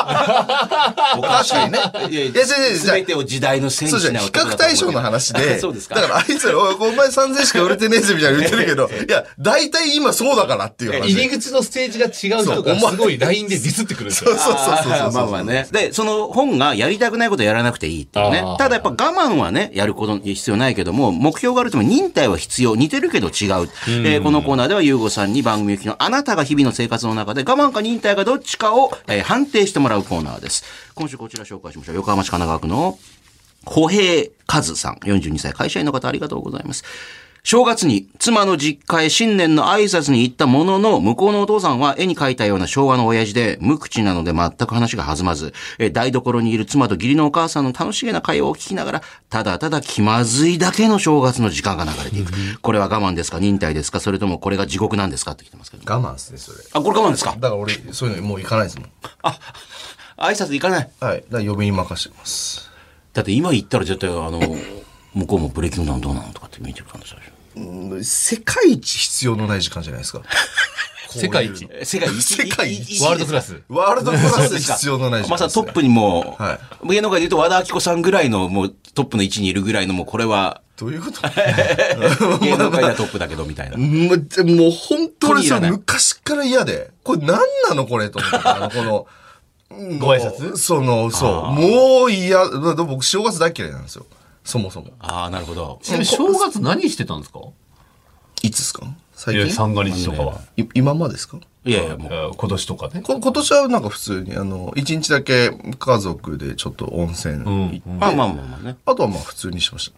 かにね。 すべてを時代のせいにしない男だと思って。 比較対象の話で。 そうですか。 だからあいつら、お前3000しか売れてねえぜみたいな言ってるけど、いや、大体今そうだからっていう話。 入り口のステージが違う人がすごい LINE でディスってくるんですよ。 そう。 まあね。で、その本がやりたくないことやらなくていいっていうね。ただやっぱ我慢はね、やること必要ないけども、目標があるとも忍耐は必要。似てるけど違う。このコーナーではゆうごさんに番組行きのあなたが日々の生活の中で我慢か忍耐かどっちかを、判定してもらうコーナーです。今週こちら紹介しましょう。横浜市神奈川区の歩平和さん、42歳、会社員の方ありがとうございます。正月に妻の実家へ新年の挨拶に行ったものの、向こうのお父さんは絵に描いたような昭和の親父で、無口なので全く話が弾まず、台所にいる妻と義理のお母さんの楽しげな会話を聞きながら、ただただ気まずいだけの正月の時間が流れていく。これは我慢ですか忍耐ですかそれともこれが地獄なんですかって来てますけど。 我慢ですね、それ。 これ我慢ですか？ だから俺、そういうのもう行かないですもん。 挨拶行かない。 はい。だから呼びに任せてます。 だって今行ったら絶対向こうもブレーキングダウンどうなのとかって見てる感じでしょ。 世界一必要のない時間じゃないですか。 世界一ワールドクラス必要のない時間です、ね。 まさにトップにもう、芸能界で言うと和田アキ子さんぐらいのもうトップの位置にいるぐらいのもうこれは。 どういうこと芸能界ではトップだけどみたいな。 もう本当に昔から嫌で、これ何なのこれと思って、この、 ご挨拶もう嫌、僕正月大嫌いなんですよ。そもそも。 なるほど。 正月何してたんですか？ いつですか？最近？ 三が日とかは。 今までですか？ いやもう今年とかね。 今年はなんか普通に一日だけ家族でちょっと温泉行って、 まあね。 あとは普通にしました。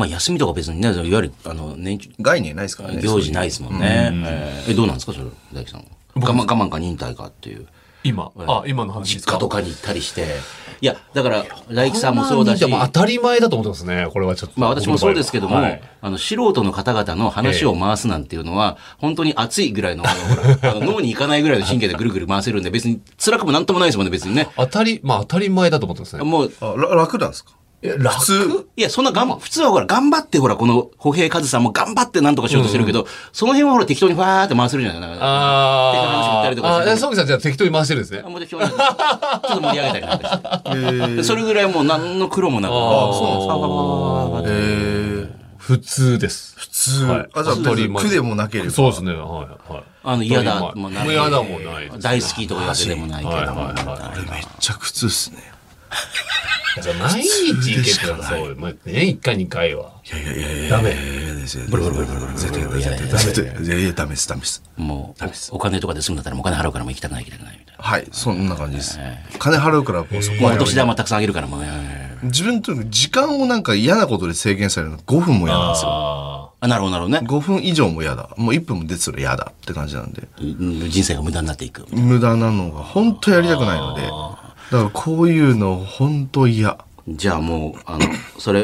休みとか別にね、いわゆる年中概念ないですからね。 行事ないですもんね。どうなんですかそれ大樹さん。我慢か忍耐かっていう。 今の話ですか？ 実家とかに行ったりして。いや、だから、大樹さんもそうだし。 当たり前だと思ってますね。これはちょっと。 私もそうですけども、素人の方々の話を回すなんていうのは、本当に熱いぐらいの、脳に行かないぐらいの神経でぐるぐる回せるんで、別に辛くもなんともないですもんね、別にね。 当たり前だと思ってますね。 もう、 楽なんですか？ 普通いや、そんな普通は頑張ってこの歩兵和さんも頑張ってなんとかしようとしてるけど、その辺は適当にファーって回せるじゃないですか。適当な話言ったりとか。 そうさんじゃあ適当に回してるんですね。 もう適当に。ちょっと盛り上げたりなんかして。それぐらいもう何の苦労もなく。 そうなんですか？ 普通です。 普通。じゃあ苦でもなければ。 そうですね。 嫌だ。 もう嫌だもない。 大好きとかでもないけど。 俺めっちゃ苦痛っすね。 じゃあ毎日行けってのはそう。1回2回は。 いや。 ダメ。 ブル絶対ダメです。 もう、お金とかで済むんだったらお金払うからもう行きたくないみたいな。 はい、そんな感じです。金払うからもうそこは。お年玉たくさんあげるからもう。 自分と時間をなんか嫌なことで制限されるの5分も嫌なんですよ。 なるほどね。 5分以上も嫌だ。もう1分も出てたら嫌だって感じなんで。 人生が無駄になっていく。 無駄なのが本当やりたくないので。だからこういうの本当嫌。 じゃあもう、それ、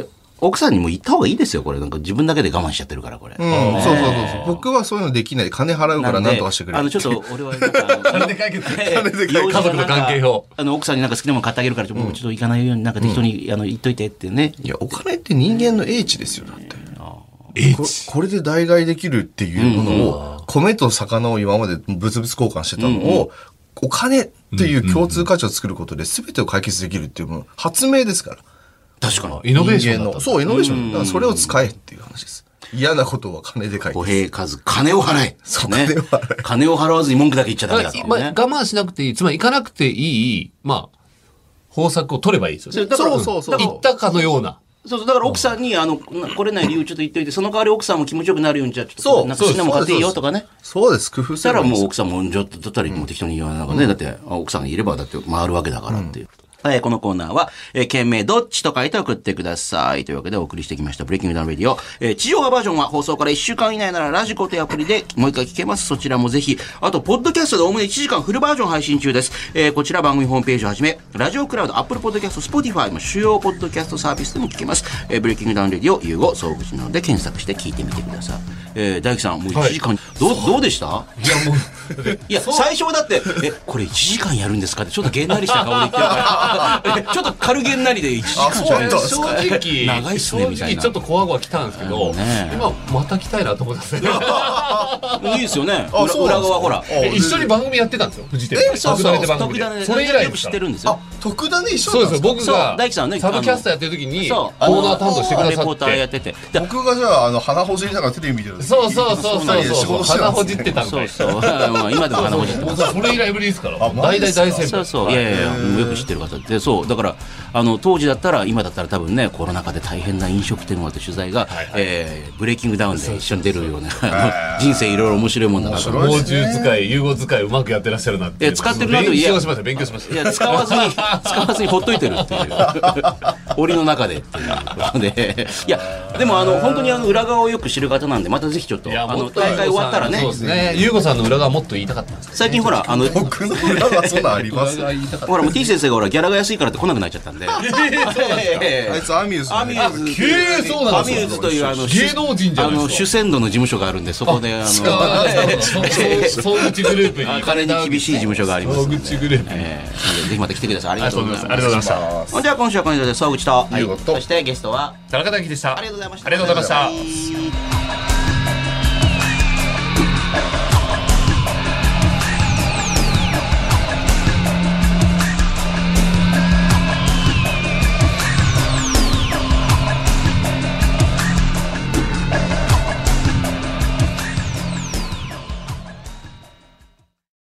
奥さんにも言った方がいいですよ、これ。なんか自分だけで我慢しちゃってるから、これ。 そうそうそう。僕はそういうのできない。金払うからなんとかしてくれ。 ちょっと俺はなんか、 金で解決。家族の関係を。 奥さんになんか好きなもの買ってあげるから、もうちょっと行かないようになんか適当に言っといてってね。 いや、お金って人間の英知ですよ、だって。これで代替できるっていうものを、米と魚を今まで物々交換してたのを、お金っていう共通価値を作ることで全てを解決できるっていうもの、発明ですから。 確かに。イノベーションの。 そう、イノベーション。だからそれを使えっていう話です。嫌なことは金で解決。 小平和、金を払え。 そう、金を払え。 金を払わずに文句だけ言っちゃダメだからね。 我慢しなくていい。つまり行かなくていい、方策を取ればいいですよね。 そう。 言ったかのような。 そうだから奥さんに、来れない理由ちょっと言っといて、その代わり奥さんも気持ちよくなるように、じゃあちょっと、なんか好きなもん買っていいよとかね。 そうです、工夫する。したらもう奥さんも、ちょっと適当に言わないね。だって、奥さんがいればだって回るわけだからっていう。このコーナーは、件名どっちと書いて送ってください。というわけでお送りしてきました、ブレイキングダウンレディオ。地上波バージョンは放送から1週間以内ならラジコというアプリでもう一回聞けます。そちらもぜひ。あと、ポッドキャストでおおむね1時間フルバージョン配信中です。こちら番組ホームページをはじめ、ラジオクラウド、アップルポッドキャスト、スポティファイの主要ポッドキャストサービスでも聞けます。ブレイキングダウンレディオ、ゆうご、総口なので検索して聞いてみてください。大樹さん、もう1時間、どうでした？ いや、もう、 いや、最初はだって、これ1時間やるんですかって、ちょっとげんなりした顔で言ってるから、ちょっと軽げんなりで1時間じゃないですか。 正直、 長いっすね、みたいな。 ちょっとこわごわ来たんですけど、今、また来たいなと思ったんですよ。 いいですよね。裏側ほら。 一緒に番組やってたんですよ、フジテレビ。 そうそう、 特ダネで。それ以来知ってるんですよ。 特ダネ一緒そうですよ、僕が大樹さんね、 サブキャスターやってる時に、コーナー担当してくださって。 レポーターやってて。 僕がじゃあ、鼻ほじりながらテレビ見てる。 そう。鼻ほじってたんで。 そう。今でも鼻ほじってます。 それ以来ぶりですから。大先輩。 そう。いや、よく知ってる方で、そう。だから、当時だったら、今だったら多分ね、コロナ禍で大変な飲食店を取材が、ブレイキングダウンで一緒に出るような、人生いろいろ面白いもんだから。 猛獣使い、融合使いうまくやってらっしゃるなって。 使ってるなと勉強しました。 いや、使わずにほっといてるっていう。檻の中でっていうことで。いや、でも本当に裏側をよく知る方なんで、またぜひちょっと、大会終わったらね。 そうですね。優吾さんの裏側もっと言いたかったんです。 最近ほら、 僕の裏側そんなありますほら、もう T 先生がほら、ギャラが安いからって来なくなっちゃったんで。 あいつアミューズ。 アミューズという芸能人じゃないですか。 主戦度の事務所があるんで、そこで総口グループに金に厳しい事務所がありますので。総口グループ。ぜひまた来てください。ありがとうございます。では今週はこの辺で総口と、そしてゲストは田中大輝でした。 ありがとうございました。 ありがとうございました。